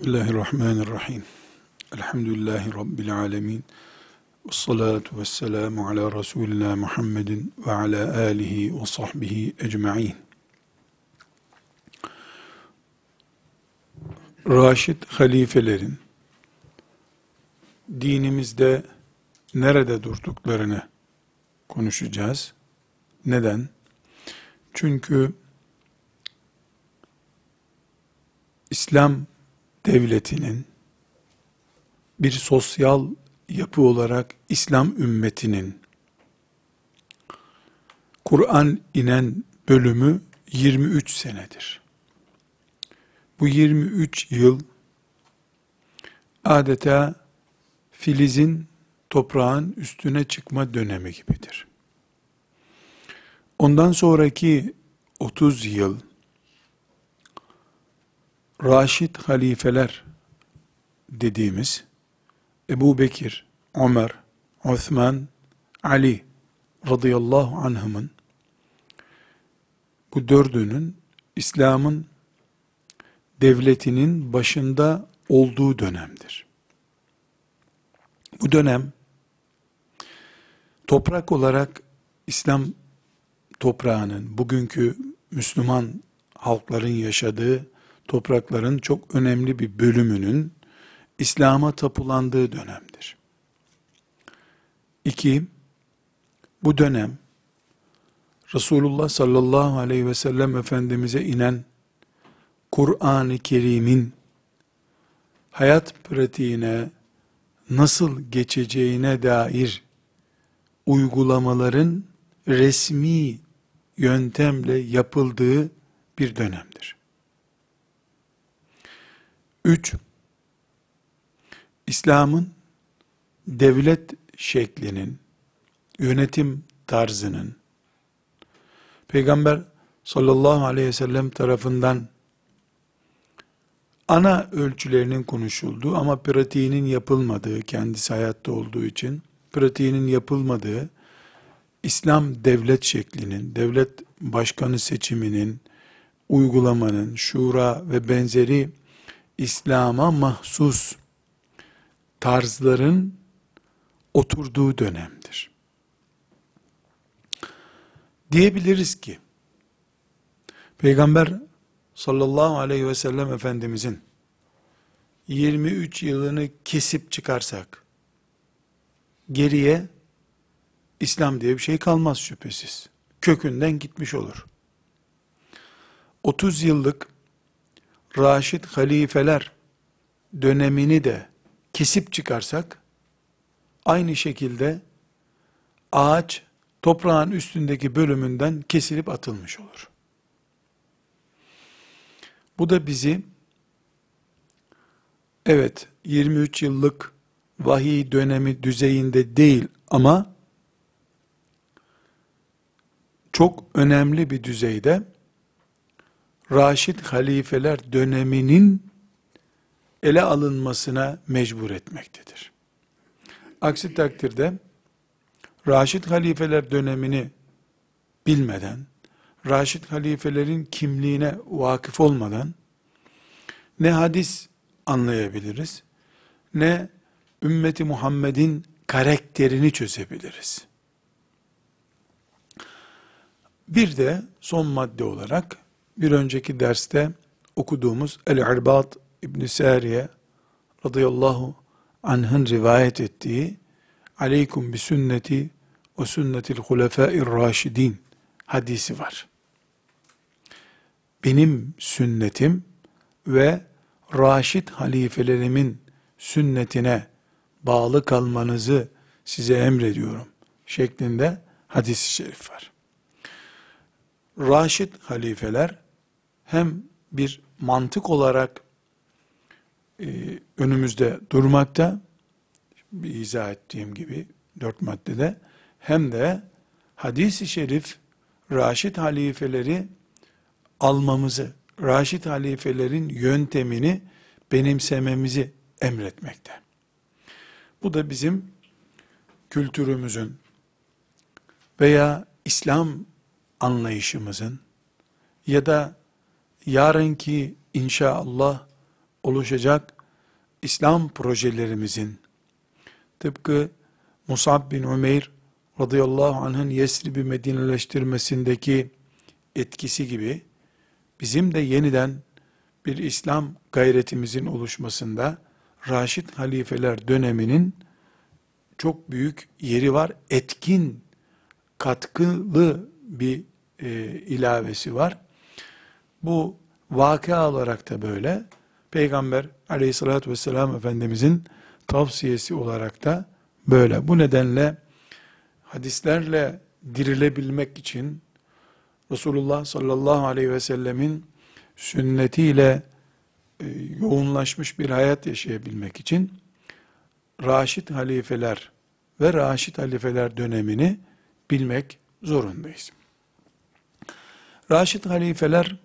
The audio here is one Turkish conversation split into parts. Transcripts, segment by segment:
Bismillahirrahmanirrahim. Elhamdülillahi Rabbil alemin. Vessalatu vesselamu ala Resulina Muhammedin ve ala alihi ve sahbihi ecma'in. Raşid halifelerin dinimizde nerede durduklarını konuşacağız. Neden? Çünkü İslam devletinin bir sosyal yapı olarak İslam ümmetinin Kur'an inen bölümü 23 senedir. Bu 23 yıl adeta filizin toprağın üstüne çıkma dönemi gibidir. Ondan sonraki 30 yıl Raşid halifeler dediğimiz Ebu Bekir, Ömer, Osman, Ali radıyallahu anhum'un bu dördünün İslam'ın devletinin başında olduğu dönemdir. Bu dönem toprak olarak İslam toprağının, bugünkü Müslüman halkların yaşadığı toprakların çok önemli bir bölümünün İslam'a tapulandığı dönemdir. 2. Bu dönem Resulullah sallallahu aleyhi ve sellem Efendimiz'e inen Kur'an-ı Kerim'in hayat pratiğine nasıl geçeceğine dair uygulamaların resmi yöntemle yapıldığı bir dönemdir. 3. İslam'ın devlet şeklinin, yönetim tarzının, Peygamber sallallahu aleyhi ve sellem tarafından ana ölçülerinin konuşulduğu ama pratiğinin yapılmadığı, kendisi hayatta olduğu için, pratiğinin yapılmadığı, İslam devlet şeklinin, devlet başkanı seçiminin, uygulamanın, şura ve benzeri İslam'a mahsus tarzların oturduğu dönemdir. Diyebiliriz ki, Peygamber sallallahu aleyhi ve sellem Efendimizin 23 yılını kesip çıkarsak, geriye İslam diye bir şey kalmaz şüphesiz. Kökünden gitmiş olur. 30 yıllık Raşid halifeler dönemini de kesip çıkarsak, aynı şekilde ağaç toprağın üstündeki bölümünden kesilip atılmış olur. Bu da bizi, evet 23 yıllık vahiy dönemi düzeyinde değil ama çok önemli bir düzeyde Raşid halifeler döneminin ele alınmasına mecbur etmektedir. Aksi takdirde Raşid halifeler dönemini bilmeden, Raşid halifelerin kimliğine vakıf olmadan ne hadis anlayabiliriz, ne ümmeti Muhammed'in karakterini çözebiliriz. Bir de son madde olarak bir önceki derste okuduğumuz El-İrbad İbn-i Sariye radıyallahu anh'ın rivayet ettiği Aleykum bi sünneti ve sünnetil hulefâir raşidin hadisi var. Benim sünnetim ve Raşid halifelerimin sünnetine bağlı kalmanızı size emrediyorum şeklinde hadis-i şerif var. Raşid halifeler hem bir mantık olarak önümüzde durmakta, bir izah ettiğim gibi 4 maddede, hem de hadis-i şerif Raşid halifeleri almamızı, Raşid halifelerin yöntemini benimsememizi emretmekte. Bu da bizim kültürümüzün veya İslam anlayışımızın ya da yarınki inşallah oluşacak İslam projelerimizin, tıpkı Mus'ab bin Umeyr radıyallahu anh'ın Yesrib'i Medineleştirmesindeki etkisi gibi, bizim de yeniden bir İslam gayretimizin oluşmasında Raşid halifeler döneminin çok büyük yeri var. Etkin, katkılı bir ilavesi var. Bu vakıa olarak da böyle. Peygamber aleyhissalatü vesselam Efendimizin tavsiyesi olarak da böyle. Bu nedenle hadislerle dirilebilmek için Resulullah sallallahu aleyhi ve sellemin sünnetiyle yoğunlaşmış bir hayat yaşayabilmek için Raşid halifeler ve Raşid halifeler dönemini bilmek zorundayız. Raşid halifeler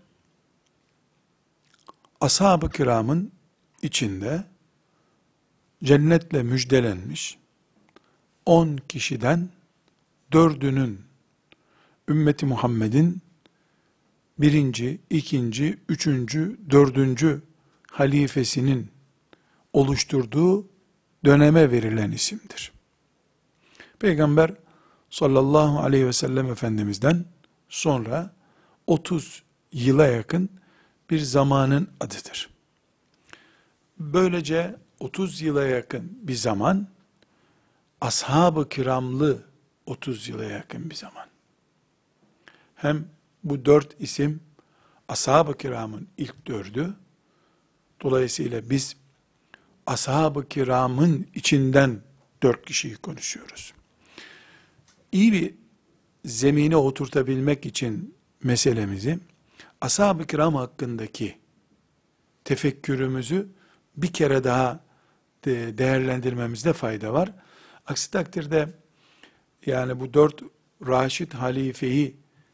ashab-ı kiramın içinde cennetle müjdelenmiş 10 kişiden 4'ünün ümmeti Muhammed'in birinci, ikinci, üçüncü, dördüncü halifesinin oluşturduğu döneme verilen isimdir. Peygamber sallallahu aleyhi ve sellem Efendimiz'den sonra 30 yıla yakın bir zamanın adıdır. Böylece 30 yıla yakın bir zaman, ashab-ı kiramlı 30 yıla yakın bir zaman. Hem bu 4 isim ashab-ı kiramın ilk 4'ü, dolayısıyla biz ashab-ı kiramın içinden 4 kişiyi konuşuyoruz. İyi bir zemine oturtabilmek için meselemizi, ashab-ı kiram hakkındaki tefekkürümüzü bir kere daha değerlendirmemizde fayda var. Aksi takdirde yani bu 4 Raşid halifeyi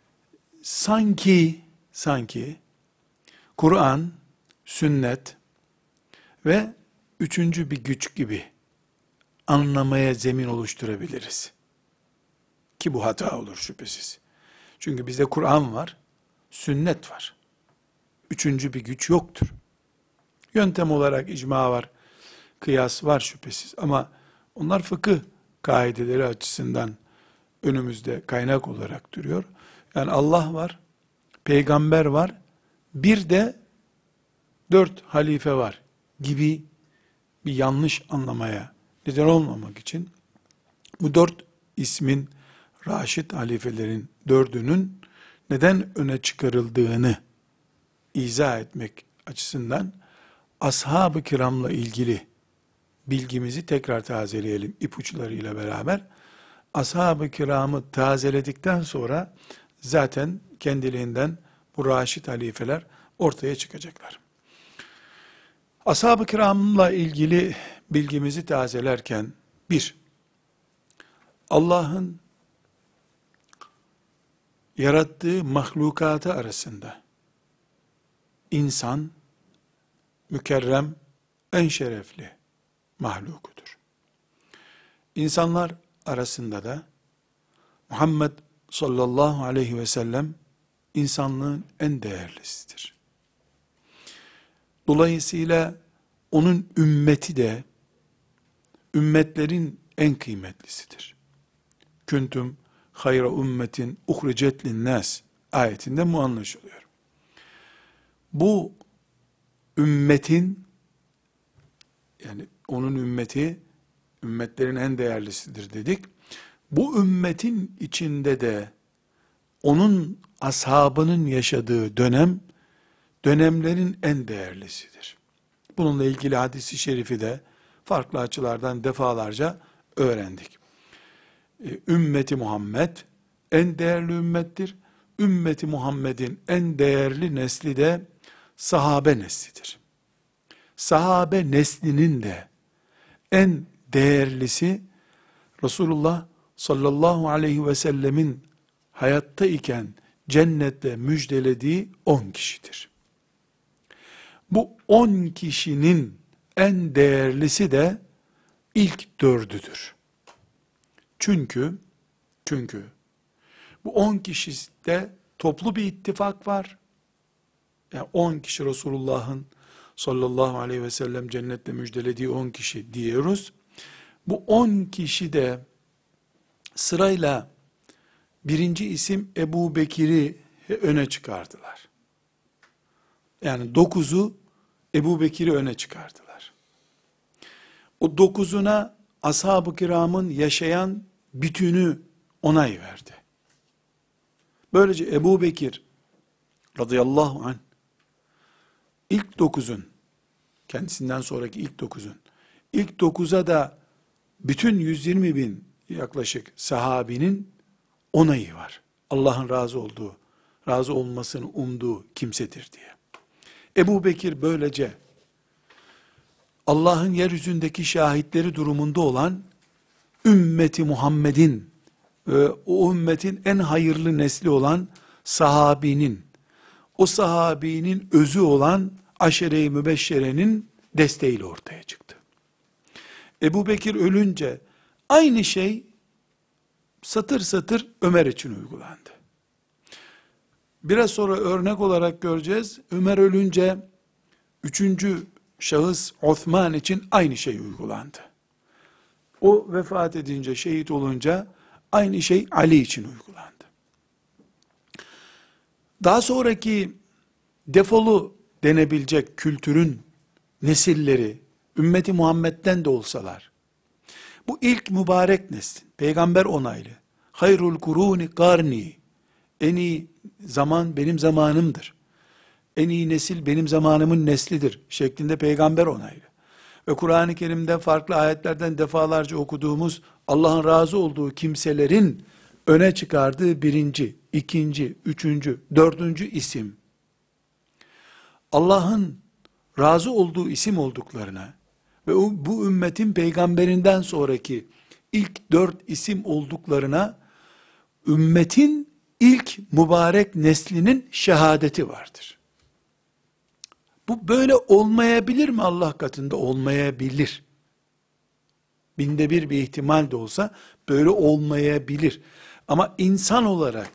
sanki Kur'an, sünnet ve üçüncü bir güç gibi anlamaya zemin oluşturabiliriz. Ki bu hata olur şüphesiz. Çünkü bizde Kur'an var, sünnet var. Üçüncü bir güç yoktur. Yöntem olarak icma var, kıyas var şüphesiz. Ama onlar fıkıh kaideleri açısından önümüzde kaynak olarak duruyor. Yani Allah var, peygamber var, bir de 4 halife var gibi bir yanlış anlamaya neden olmamak için bu 4 ismin, Raşid halifelerin 4'ünün neden öne çıkarıldığını izah etmek açısından ashab-ı kiramla ilgili bilgimizi tekrar tazeleyelim ipuçlarıyla beraber. Ashab-ı kiramı tazeledikten sonra zaten kendiliğinden bu Raşid halifeler ortaya çıkacaklar. Ashab-ı kiramla ilgili bilgimizi tazelerken, bir, Allah'ın yarattığı mahlukatı arasında insan mükerrem, en şerefli mahlukudur. İnsanlar arasında da Muhammed sallallahu aleyhi ve sellem insanlığın en değerlisidir. Dolayısıyla onun ümmeti de ümmetlerin en kıymetlisidir. Kuntum hayra ümmetin uhricet linnâs ayetinde bu anlaşılıyor. Bu ümmetin, yani onun ümmeti ümmetlerin en değerlisidir dedik. Bu ümmetin içinde de onun ashabının yaşadığı dönem dönemlerin en değerlisidir. Bununla ilgili hadis-i şerifi de farklı açılardan defalarca öğrendik. Ümmeti Muhammed en değerli ümmettir. Ümmeti Muhammed'in en değerli nesli de sahabe neslidir. Sahabe neslinin de en değerlisi Resulullah sallallahu aleyhi ve sellemin hayatta iken cennette müjdelediği 10 kişidir. Bu 10 kişinin en değerlisi de ilk 4'üdür. Çünkü bu 10 kişide toplu bir ittifak var. Yani 10 kişi Resulullah'ın sallallahu aleyhi ve sellem cennetle müjdelediği 10 kişi diyoruz. Bu 10 kişi de sırayla birinci isim Ebu Bekir'i öne çıkardılar. Yani 9'u Ebu Bekir'i öne çıkardılar. O 9'una ashab-ı kiramın yaşayan bütünü onay verdi. Böylece Ebu Bekir radıyallahu anh ilk 9'un, kendisinden sonraki ilk 9'un, ilk 9'a da bütün 120 bin yaklaşık sahabinin onayı var. Allah'ın razı olmasını umduğu kimsedir diye. Ebu Bekir böylece Allah'ın yeryüzündeki şahitleri durumunda olan ümmeti Muhammed'in ve o ümmetin en hayırlı nesli olan sahabinin, o sahabinin özü olan aşere-i mübeşşerenin desteğiyle ortaya çıktı. Ebu Bekir ölünce aynı şey satır satır Ömer için uygulandı. Biraz sonra örnek olarak göreceğiz. Ömer ölünce üçüncü şahıs Osman için aynı şey uygulandı. O vefat edince, şehit olunca aynı şey Ali için uygulandı. Daha sonraki defolu denebilecek kültürün nesilleri, ümmeti Muhammed'den de olsalar, bu ilk mübarek neslin, peygamber onaylı, hayrul kuruni karni, en iyi zaman benim zamanımdır, en iyi nesil benim zamanımın neslidir şeklinde peygamber onaylı. Ve Kur'an-ı Kerim'de farklı ayetlerden defalarca okuduğumuz Allah'ın razı olduğu kimselerin öne çıkardığı birinci, ikinci, üçüncü, dördüncü isim, Allah'ın razı olduğu isim olduklarına ve bu ümmetin peygamberinden sonraki ilk 4 isim olduklarına ümmetin ilk mübarek neslinin şehadeti vardır. Bu böyle olmayabilir mi Allah katında? Olmayabilir. Binde bir ihtimal de olsa böyle olmayabilir. Ama insan olarak,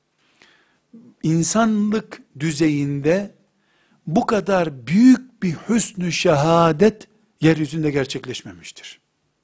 insanlık düzeyinde bu kadar büyük bir hüsnü şehadet yeryüzünde gerçekleşmemiştir.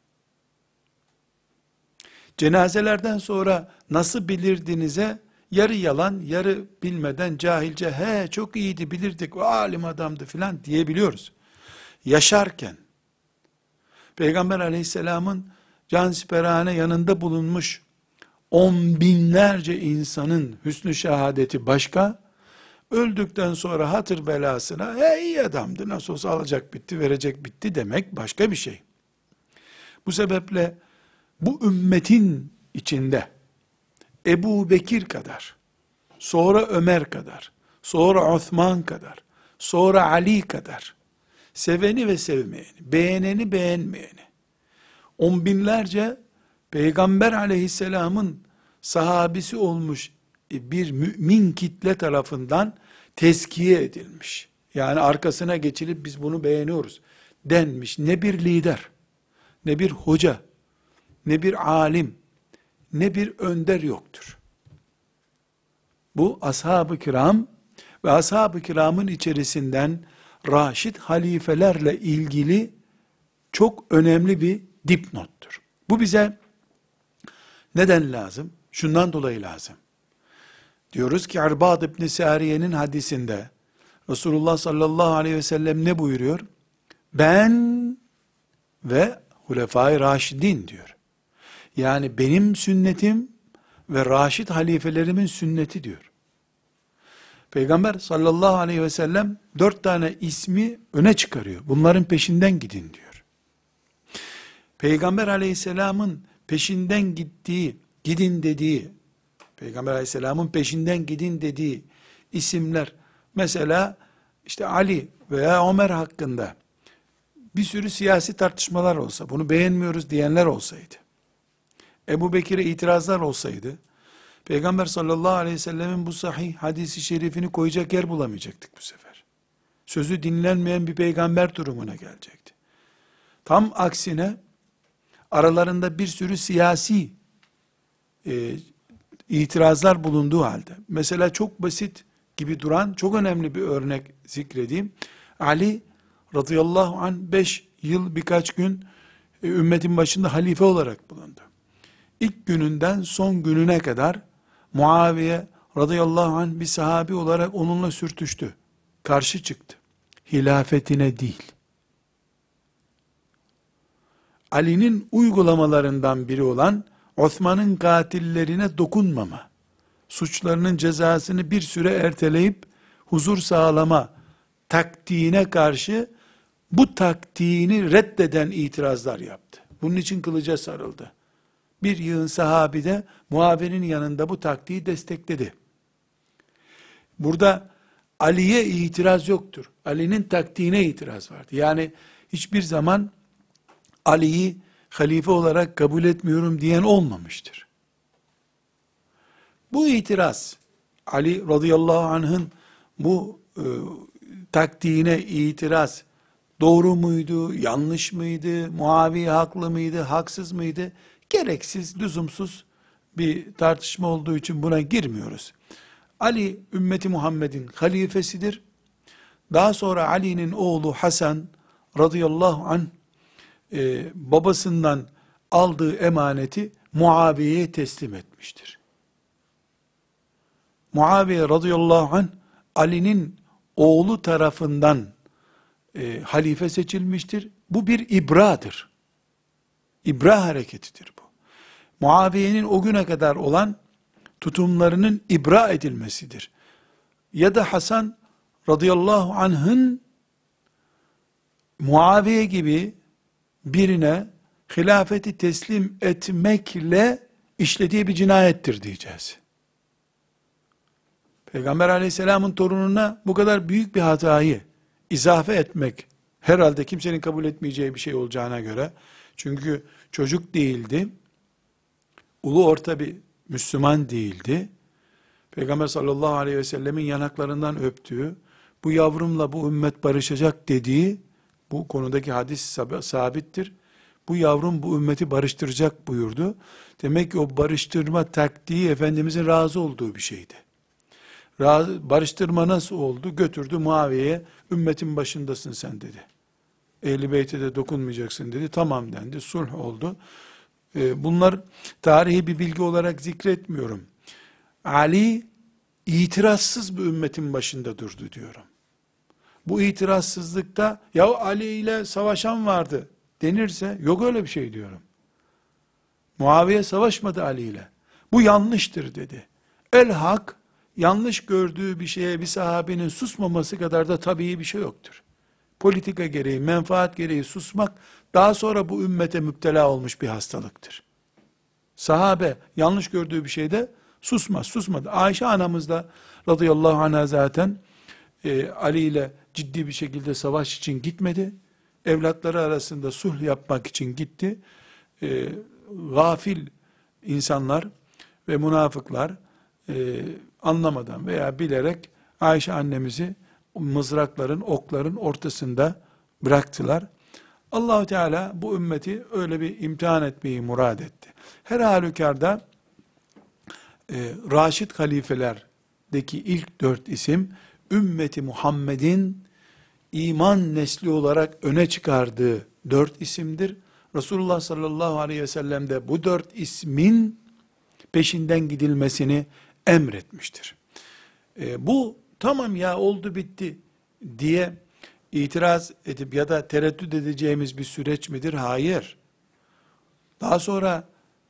Cenazelerden sonra nasıl bilirdinize yarı yalan, yarı bilmeden cahilce çok iyiydi bilirdik, o alim adamdı filan diyebiliyoruz. Yaşarken Peygamber aleyhisselamın cansiperhane yanında bulunmuş 10 binlerce insanın hüsnü şehadeti başka, öldükten sonra hatır belasına iyi adamdı, nasıl olsa alacak bitti, verecek bitti demek başka bir şey. Bu sebeple bu ümmetin içinde Ebu Bekir kadar, sonra Ömer kadar, sonra Osman kadar, sonra Ali kadar, seveni ve sevmeyeni, beğeneni beğenmeyeni, on binlerce Peygamber aleyhisselamın sahabisi olmuş bir mümin kitle tarafından tezkiye edilmiş. Yani arkasına geçilip biz bunu beğeniyoruz denmiş. Ne bir lider, ne bir hoca, ne bir alim, ne bir önder yoktur. Bu ashab-ı kiram ve ashab-ı kiramın içerisinden Raşid halifelerle ilgili çok önemli bir dipnottur. Bu bize neden lazım? Şundan dolayı lazım. Diyoruz ki Irbad İbn Sariye'nin hadisinde Resulullah sallallahu aleyhi ve sellem ne buyuruyor? Ben ve Hulefai Raşidin diyor. Yani benim sünnetim ve Raşid halifelerimin sünneti diyor. Peygamber sallallahu aleyhi ve sellem 4 tane ismi öne çıkarıyor. Bunların peşinden gidin diyor. Peygamber aleyhisselamın peşinden gidin dediği, Peygamber aleyhisselamın peşinden gidin dediği isimler, mesela işte Ali veya Ömer hakkında bir sürü siyasi tartışmalar olsa, bunu beğenmiyoruz diyenler olsaydı, Ebu Bekir'e itirazlar olsaydı, Peygamber sallallahu aleyhi ve sellemin bu sahih hadisi şerifini koyacak yer bulamayacaktık bu sefer. Sözü dinlenmeyen bir peygamber durumuna gelecekti. Tam aksine, aralarında bir sürü siyasi itirazlar bulunduğu halde, mesela çok basit gibi duran çok önemli bir örnek zikredeyim. Ali radıyallahu anh 5 yıl birkaç gün ümmetin başında halife olarak bulundu. İlk gününden son gününe kadar Muaviye radıyallahu anh bir sahabi olarak onunla sürtüştü. Karşı çıktı. Hilafetine değil. Ali'nin uygulamalarından biri olan Osman'ın katillerine dokunmama, suçlarının cezasını bir süre erteleyip huzur sağlama taktiğine karşı bu taktiğini reddeden itirazlar yaptı. Bunun için kılıca sarıldı. Bir yığın sahabi de Muaviye'nin yanında bu taktiği destekledi. Burada Ali'ye itiraz yoktur. Ali'nin taktiğine itiraz vardı. Yani hiçbir zaman Ali'yi halife olarak kabul etmiyorum diyen olmamıştır. Bu itiraz, Ali radıyallahu anh'ın bu taktiğine itiraz doğru muydu, yanlış mıydı, Muaviye haklı mıydı, haksız mıydı? Gereksiz, lüzumsuz bir tartışma olduğu için buna girmiyoruz. Ali, ümmeti Muhammed'in halifesidir. Daha sonra Ali'nin oğlu Hasan radıyallahu anh, babasından aldığı emaneti Muaviye'ye teslim etmiştir. Muaviye radıyallahu anh, Ali'nin oğlu tarafından halife seçilmiştir. Bu bir ibradır. İbra hareketidir bu. Muaviye'nin o güne kadar olan tutumlarının ibra edilmesidir. Ya da Hasan radıyallahu anh'ın Muaviye gibi birine hilafeti teslim etmekle işlediği bir cinayettir diyeceğiz. Peygamber aleyhisselamın torununa bu kadar büyük bir hatayı izafe etmek herhalde kimsenin kabul etmeyeceği bir şey olacağına göre, çünkü çocuk değildi, ulu orta bir Müslüman değildi. Peygamber sallallahu aleyhi ve sellemin yanaklarından öptüğü, bu yavrumla bu ümmet barışacak dediği, bu konudaki hadis sabittir. Bu yavrum bu ümmeti barıştıracak buyurdu. Demek ki o barıştırma taktiği Efendimizin razı olduğu bir şeydi. Barıştırma nasıl oldu? Götürdü Muaviye'ye, ümmetin başındasın sen dedi. Ehl-i Beyt'e de dokunmayacaksın dedi. Tamam dendi, sulh oldu. Bunlar tarihi bir bilgi olarak zikretmiyorum. Ali itirazsız bir ümmetin başında durdu diyorum. Bu itirazsızlıkta ya Ali ile savaşan vardı denirse yok öyle bir şey diyorum. Muaviye savaşmadı Ali ile. Bu yanlıştır dedi. El hak, yanlış gördüğü bir şeye bir sahabenin susmaması kadar da tabii bir şey yoktur. Politika gereği, menfaat gereği susmak daha sonra bu ümmete müptela olmuş bir hastalıktır. Sahabe yanlış gördüğü bir şeyde susmadı. Ayşe anamız da radıyallahu anh'a zaten Ali ile ciddi bir şekilde savaş için gitmedi. Evlatları arasında sulh yapmak için gitti. Gafil insanlar ve münafıklar anlamadan veya bilerek Ayşe annemizi mızrakların, okların ortasında bıraktılar. Allah-u Teala bu ümmeti öyle bir imtihan etmeyi murad etti. Her halükarda Raşid halifelerdeki ilk 4 isim, ümmeti Muhammed'in iman nesli olarak öne çıkardığı 4 isimdir. Resulullah sallallahu aleyhi ve sellem de bu 4 ismin peşinden gidilmesini emretmiştir. Bu tamam ya oldu bitti diye itiraz edip ya da tereddüt edeceğimiz bir süreç midir? Hayır. Daha sonra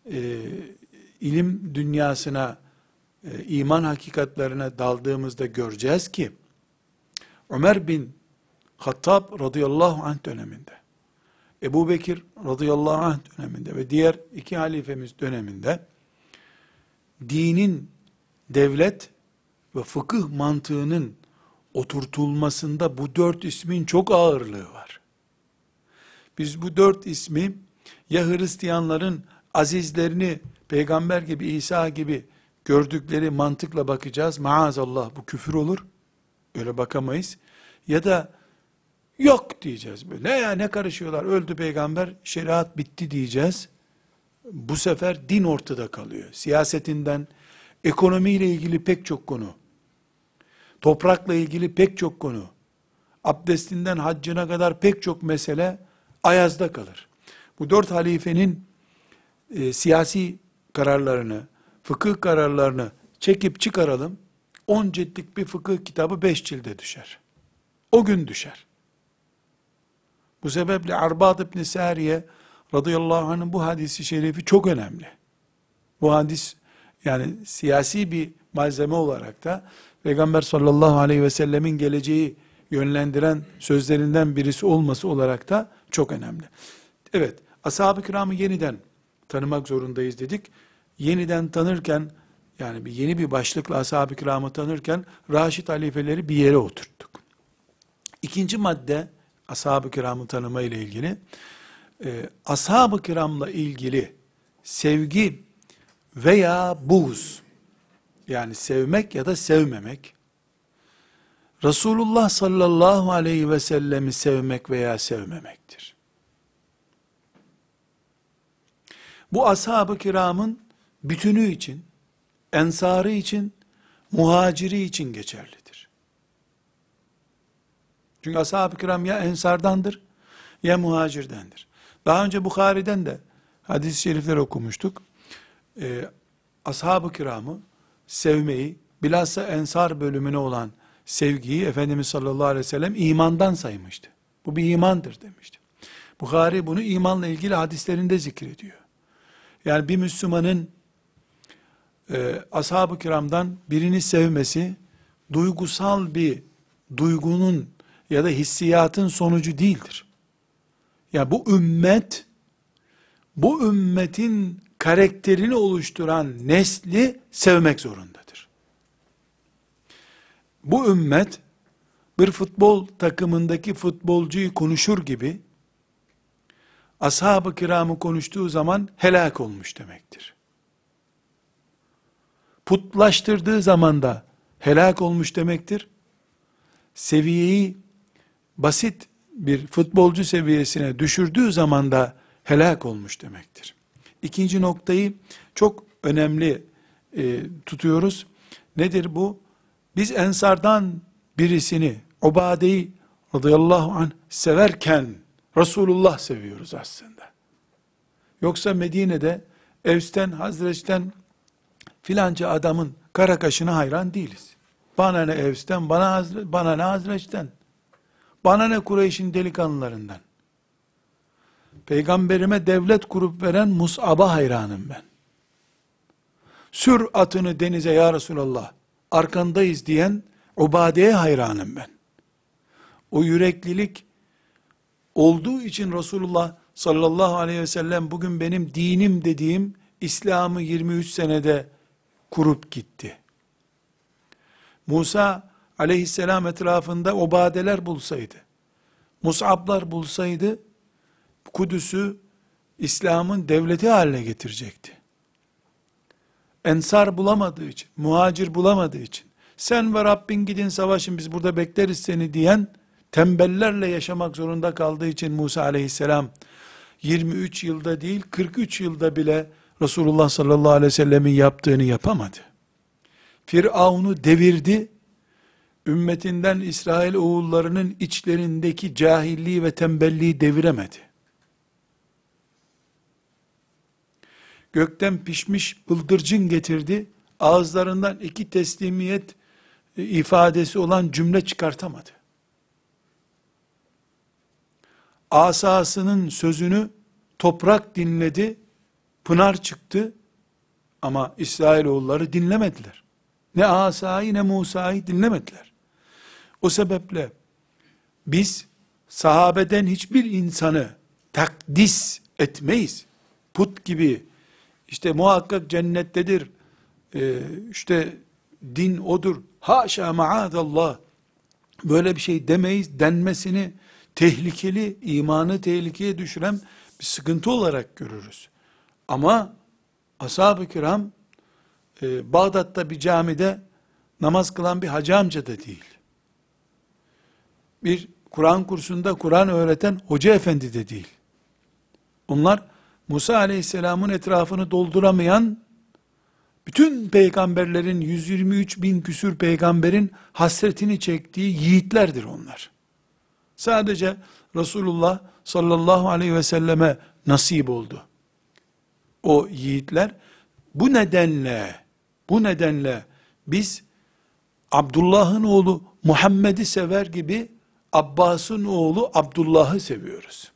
ilim dünyasına, iman hakikatlerine daldığımızda göreceğiz ki Ömer bin Hattab radıyallahu anh döneminde, Ebu Bekir radıyallahu anh döneminde ve diğer 2 halifemiz döneminde dinin, devlet ve fıkıh mantığının oturtulmasında bu 4 ismin çok ağırlığı var. Biz bu 4 ismi ya Hristiyanların azizlerini peygamber gibi, İsa gibi gördükleri mantıkla bakacağız. Maazallah bu küfür olur. Öyle bakamayız. Ya da yok diyeceğiz böyle. Ne ya ne karışıyorlar? Öldü peygamber, şeriat bitti diyeceğiz. Bu sefer din ortada kalıyor. Siyasetinden, ekonomiyle ilgili pek çok konu, toprakla ilgili pek çok konu, abdestinden haccına kadar pek çok mesele ayazda kalır. Bu 4 halifenin siyasi kararlarını, fıkıh kararlarını çekip çıkaralım. 10 ciltlik bir fıkıh kitabı 5 cilde düşer. O gün düşer. Bu sebeple Arbad İbni Sariye radıyallahu anh'ın bu hadisi şerifi çok önemli. Bu hadis yani siyasi bir malzeme olarak da Peygamber sallallahu aleyhi ve sellemin geleceği yönlendiren sözlerinden birisi olması olarak da çok önemli. Evet, ashab-ı kiramı yeniden tanımak zorundayız dedik. Yeniden tanırken, yani yeni bir başlıkla ashab-ı kiramı tanırken, Raşid halifeleri bir yere oturttuk. İkinci madde, ashab-ı kiramı tanıma ile ilgili, ashab-ı kiramla ilgili sevgi veya buğz, yani sevmek ya da sevmemek, Resulullah sallallahu aleyhi ve sellemi sevmek veya sevmemektir. Bu ashab-ı kiramın bütünü için, ensarı için, muhaciri için geçerlidir. Çünkü ashab-ı kiram ya ensardandır, ya muhacirdendir. Daha önce Bukhari'den de hadis-i şerifler okumuştuk. Ashab-ı kiramı sevmeyi, bilhassa ensar bölümüne olan sevgiyi Efendimiz sallallahu aleyhi ve sellem imandan saymıştı. Bu bir imandır demişti. Bukhari bunu imanla ilgili hadislerinde zikrediyor. Yani bir Müslümanın ashab-ı kiramdan birini sevmesi, duygusal bir duygunun ya da hissiyatın sonucu değildir. Ya bu ümmetin karakterini oluşturan nesli sevmek zorundadır. Bu ümmet bir futbol takımındaki futbolcuyu konuşur gibi ashab-ı kiramı konuştuğu zaman helak olmuş demektir. Putlaştırdığı zaman da helak olmuş demektir. Seviyeyi basit bir futbolcu seviyesine düşürdüğü zaman da helak olmuş demektir. İkinci noktayı çok önemli tutuyoruz. Nedir bu? Biz ensardan birisini, Ubade'yi radıyallahu anh severken Resulullah seviyoruz aslında. Yoksa Medine'de Evs'ten, Hazreç'ten filanca adamın kara kaşına hayran değiliz. Bana ne Evs'ten, bana ne Hazreç'ten, bana ne Kureyş'in delikanlılarından. Peygamberime devlet kurup veren Mus'ab'a hayranım ben. Sür atını denize ya Resulallah, arkandayız diyen Ubade'ye hayranım ben. O yüreklilik olduğu için Resulullah sallallahu aleyhi ve sellem bugün benim dinim dediğim İslam'ı 23 senede kurup gitti. Musa aleyhisselam etrafında Ubadeler bulsaydı, Mus'ablar bulsaydı, Kudüs'ü İslam'ın devleti haline getirecekti. Ensar bulamadığı için, muhacir bulamadığı için, sen ve Rabbin gidin savaşın biz burada bekleriz seni diyen tembellerle yaşamak zorunda kaldığı için Musa aleyhisselam 23 yılda değil 43 yılda bile Resulullah sallallahu aleyhi ve sellemin yaptığını yapamadı. Firavun'u devirdi, ümmetinden İsrail oğullarının içlerindeki cahilliği ve tembelliği deviremedi. Gökten pişmiş bıldırcın getirdi, ağızlarından 2 teslimiyet ifadesi olan cümle çıkartamadı. Asasının sözünü toprak dinledi, pınar çıktı ama İsrailoğulları dinlemediler. Ne asayı ne Musa'yı dinlemediler. O sebeple biz sahabeden hiçbir insanı takdis etmeyiz. Put gibi işte muhakkak cennettedir, işte din odur, haşa maazallah, böyle bir şey demeyiz, denmesini tehlikeli, imanı tehlikeye düşüren bir sıkıntı olarak görürüz. Ama ashab-ı kiram Bağdat'ta bir camide namaz kılan bir hacı amca da değil. Bir Kur'an kursunda Kur'an öğreten hoca efendi de değil. Onlar Musa aleyhisselamın etrafını dolduramayan bütün peygamberlerin 123 bin küsür peygamberin hasretini çektiği yiğitlerdir onlar. Sadece Resulullah sallallahu aleyhi ve selleme nasip oldu. O yiğitler. Bu nedenle biz Abdullah'ın oğlu Muhammed'i sever gibi Abbas'ın oğlu Abdullah'ı seviyoruz.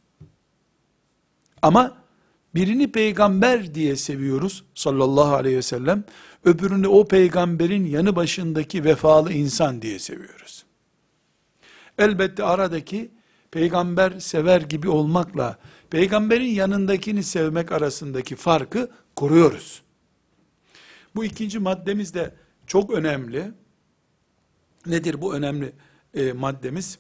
Ama birini peygamber diye seviyoruz sallallahu aleyhi ve sellem. Öbürünü o peygamberin yanı başındaki vefalı insan diye seviyoruz. Elbette aradaki peygamber sever gibi olmakla peygamberin yanındakini sevmek arasındaki farkı koruyoruz. Bu ikinci maddemiz de çok önemli. Nedir bu önemli maddemiz?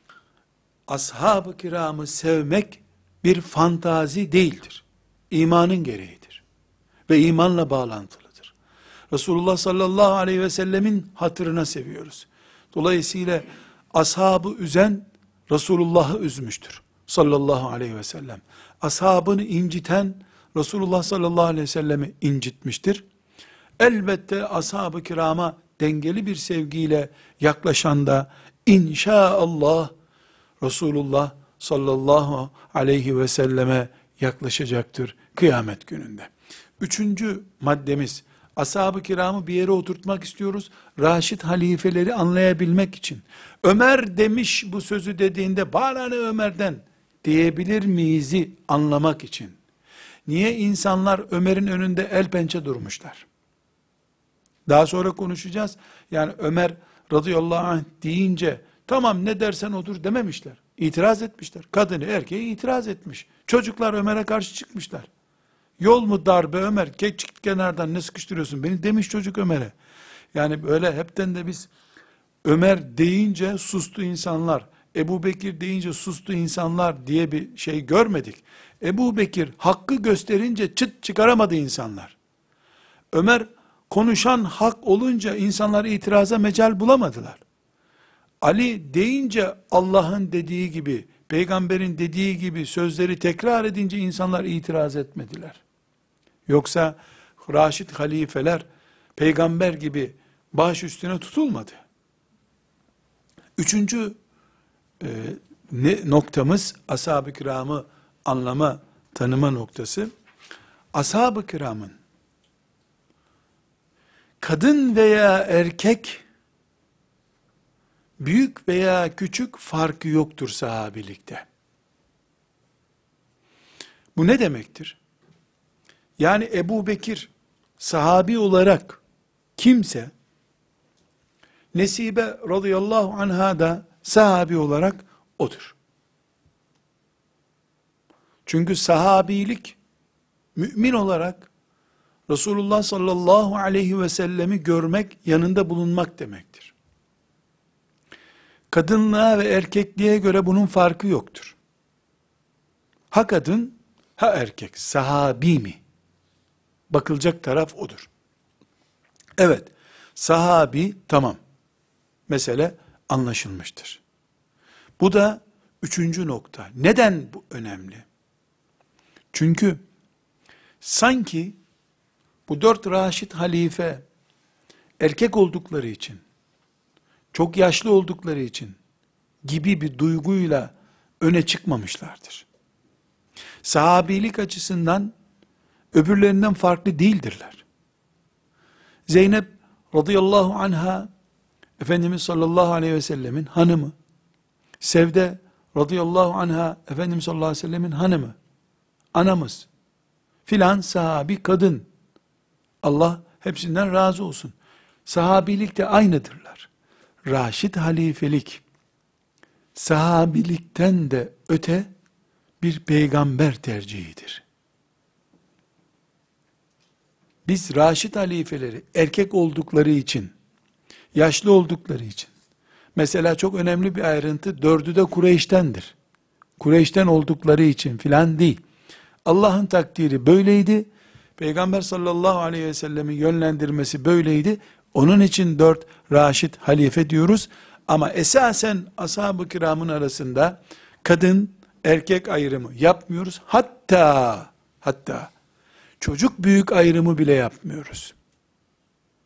Ashab-ı kiramı sevmek bir fantazi değildir. İmanın gereğidir. Ve imanla bağlantılıdır. Resulullah sallallahu aleyhi ve sellemin hatırına seviyoruz. Dolayısıyla ashabı üzen Resulullah'ı üzmüştür. Sallallahu aleyhi ve sellem. Ashabını inciten Resulullah sallallahu aleyhi ve sellemi incitmiştir. Elbette ashab-ı kirama dengeli bir sevgiyle yaklaşan da inşaallah Resulullah sallallahu aleyhi ve selleme yaklaşacaktır kıyamet gününde. Üçüncü maddemiz, ashab-ı kiramı bir yere oturtmak istiyoruz. Raşid halifeleri anlayabilmek için. Ömer demiş bu sözü dediğinde, bana ne Ömer'den diyebilir miyiz'i anlamak için. Niye insanlar Ömer'in önünde el pençe durmuşlar? Daha sonra konuşacağız. Yani Ömer radıyallahu anh deyince, tamam ne dersen odur dememişler. İtiraz etmişler. Kadını erkeği itiraz etmiş. Çocuklar Ömer'e karşı çıkmışlar. Yol mu dar be Ömer? Çık kenardan, ne sıkıştırıyorsun beni demiş çocuk Ömer'e. Yani böyle hepten de biz Ömer deyince sustu insanlar, Ebu Bekir deyince sustu insanlar diye bir şey görmedik. Ebu Bekir hakkı gösterince çıt çıkaramadı insanlar. Ömer konuşan hak olunca insanlar itiraza mecal bulamadılar. Ali deyince Allah'ın dediği gibi, peygamberin dediği gibi sözleri tekrar edince insanlar itiraz etmediler. Yoksa Raşid halifeler peygamber gibi baş üstüne tutulmadı. Üçüncü noktamız ashab-ı kiramı anlama, tanıma noktası. Ashab-ı kiramın kadın veya erkek, büyük veya küçük farkı yoktur sahabilikte. Bu ne demektir? Yani Ebu Bekir sahabi olarak kimse, Nesibe radıyallahu anha da sahabi olarak odur. Çünkü sahabilik, mümin olarak Resulullah sallallahu aleyhi ve sellemi görmek, yanında bulunmak demektir. Kadınlığa ve erkekliğe göre bunun farkı yoktur. Ha kadın, ha erkek, sahabi mi? Bakılacak taraf odur. Evet, sahabi tamam. Mesele anlaşılmıştır. Bu da üçüncü nokta. Neden bu önemli? Çünkü sanki bu 4 Raşid halife erkek oldukları için, çok yaşlı oldukları için gibi bir duyguyla öne çıkmamışlardır. Sahabilik açısından öbürlerinden farklı değildirler. Zeynep radıyallahu anha Efendimiz sallallahu aleyhi ve sellemin hanımı, Sevde radıyallahu anha Efendimiz sallallahu aleyhi ve sellemin hanımı, anamız, filan sahabi kadın. Allah hepsinden razı olsun. Sahabilik de aynıdırlar. Raşid halifelik, sahabilikten de öte bir peygamber tercihidir. Biz Raşid halifeleri erkek oldukları için, yaşlı oldukları için, mesela çok önemli bir ayrıntı, 4'ü de Kureyş'tendir. Kureyş'ten oldukları için filan değil. Allah'ın takdiri böyleydi. Peygamber sallallahu aleyhi ve sellemin yönlendirmesi böyleydi. Onun için 4 Raşid halife diyoruz. Ama esasen ashab-ı kiramın arasında kadın erkek ayrımı yapmıyoruz. Hatta çocuk büyük ayrımı bile yapmıyoruz.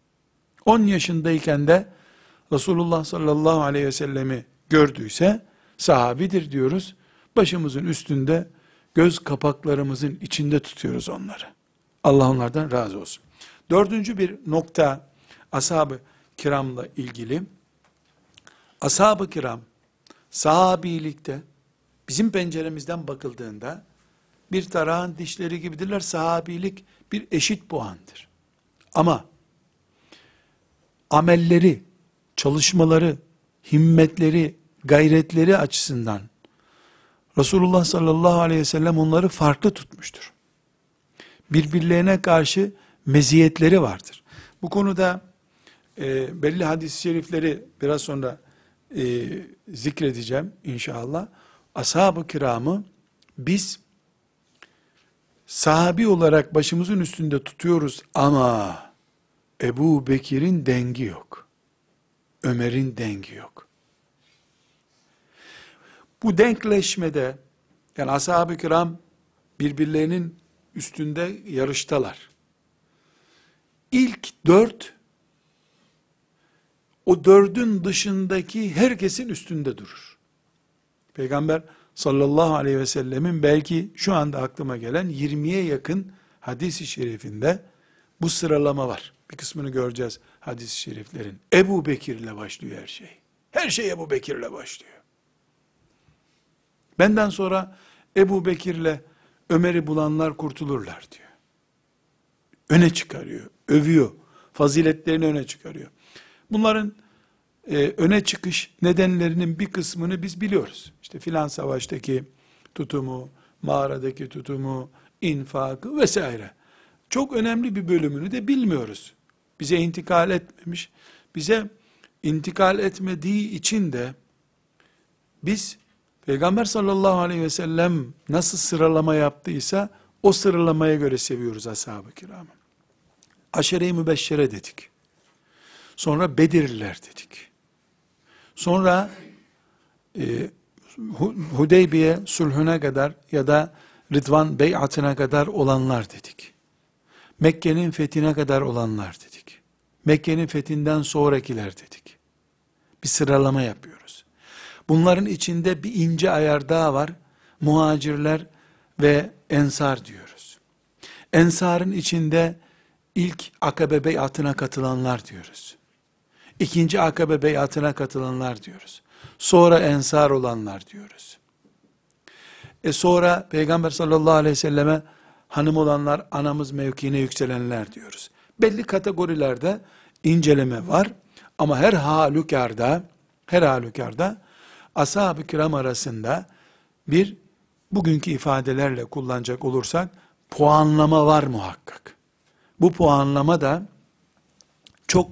10 yaşındayken de Resulullah sallallahu aleyhi ve sellemi gördüyse Sahabidir diyoruz. Başımızın üstünde, göz kapaklarımızın içinde tutuyoruz onları. Allah onlardan razı olsun. Dördüncü bir nokta ashab-ı kiramla ilgili. Ashab-ı kiram sahabilikte bizim penceremizden bakıldığında bir tarağın dişleri gibidirler. Sahabilik bir eşit puandır. Ama amelleri, çalışmaları, himmetleri, gayretleri açısından Resulullah sallallahu aleyhi ve sellem onları farklı tutmuştur. Birbirlerine karşı meziyetleri vardır. Bu konuda belli hadis-i şerifleri biraz sonra zikredeceğim inşallah. Ashab-ı kiramı biz sahabi olarak başımızın üstünde tutuyoruz ama Ebu Bekir'in dengi yok. Ömer'in dengi yok. Bu denkleşmede, yani ashab-ı kiram birbirlerinin üstünde yarıştalar. İlk dört, o dördün dışındaki herkesin üstünde durur. Peygamber sallallahu aleyhi ve sellemin belki şu anda aklıma gelen 20'ye yakın hadis-i şerifinde bu sıralama var. Bir kısmını göreceğiz hadis-i şeriflerin. Ebu Bekir'le başlıyor her şey. Her şey Ebu Bekir'le başlıyor. Benden sonra Ebu Bekir'le Ömer'i bulanlar kurtulurlar diyor. Öne çıkarıyor, övüyor, faziletlerini öne çıkarıyor. Bunların öne çıkış nedenlerinin bir kısmını biz biliyoruz. İşte filan savaştaki tutumu, mağaradaki tutumu, infakı vesaire. Çok önemli bir bölümünü de bilmiyoruz. Bize intikal etmemiş. Bize intikal etmediği için de biz Peygamber sallallahu aleyhi ve sellem nasıl sıralama yaptıysa o sıralamaya göre seviyoruz ashab-ı kiramı. Aşere-i mübeşşere dedik. Sonra Bedirliler dedik. Sonra Hudeybiye sulhüne kadar ya da Rıdvan beyatına kadar olanlar dedik. Mekke'nin fethine kadar olanlar dedik. Mekke'nin fethinden sonrakiler dedik. Bir sıralama yapıyoruz. Bunların içinde bir ince ayar daha var. Muhacirler ve ensar diyoruz. Ensarın içinde ilk Akabe beyatına katılanlar diyoruz. İkinci Akabe beyatına katılanlar diyoruz. Sonra ensar olanlar diyoruz. Sonra Peygamber sallallahu aleyhi ve selleme hanım olanlar, anamız mevkiine yükselenler diyoruz. Belli kategorilerde inceleme var ama her halükarda ashab-ı kiram arasında bir, bugünkü ifadelerle kullanacak olursak, puanlama var muhakkak. Bu puanlama da çok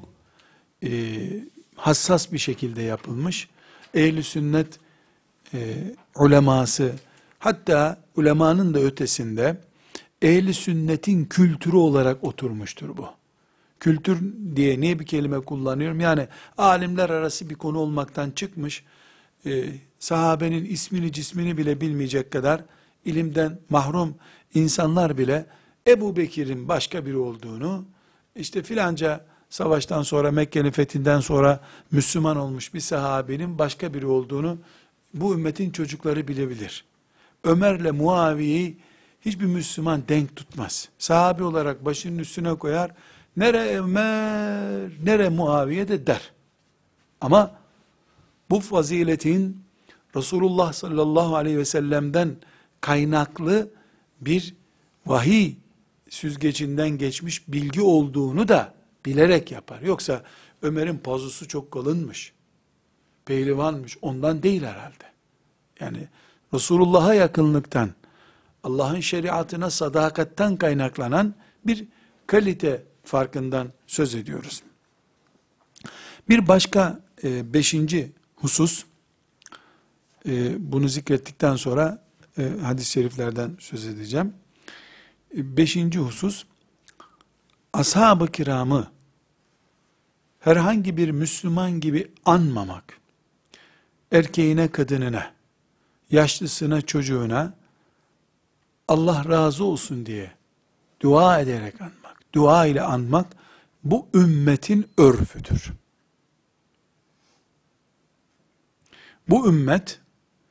hassas bir şekilde yapılmış. Ehl-i sünnet uleması, hatta ulemanın da ötesinde ehl-i sünnetin kültürü olarak oturmuştur bu. Kültür diye niye bir kelime kullanıyorum? Yani alimler arası bir konu olmaktan çıkmış, sahabenin ismini cismini bile bilmeyecek kadar ilimden mahrum insanlar bile Ebu Bekir'in başka biri olduğunu, işte filanca savaştan sonra, Mekke'nin fethinden sonra Müslüman olmuş bir sahabenin başka biri olduğunu bu ümmetin çocukları bilebilir. Ömer'le Muaviye'yi hiçbir Müslüman denk tutmaz. Sahabi olarak başının üstüne koyar, nere Ömer, nere Muaviye de der. Ama bu faziletin Resulullah sallallahu aleyhi ve sellem'den kaynaklı bir vahiy süzgecinden geçmiş bilgi olduğunu da bilerek yapar. Yoksa Ömer'in pazusu çok kalınmış, pehlivanmış, ondan değil herhalde. Yani Resulullah'a yakınlıktan, Allah'ın şeriatına sadakatten kaynaklanan bir kalite farkından söz ediyoruz. Bir başka beşinci husus, bunu zikrettikten sonra hadis-i şeriflerden söz edeceğim. Beşinci husus, ashab-ı kiramı herhangi bir Müslüman gibi anmamak, erkeğine, kadınına, yaşlısına, çocuğuna Allah razı olsun diye dua ederek anmak, dua ile anmak bu ümmetin örfüdür. Bu ümmet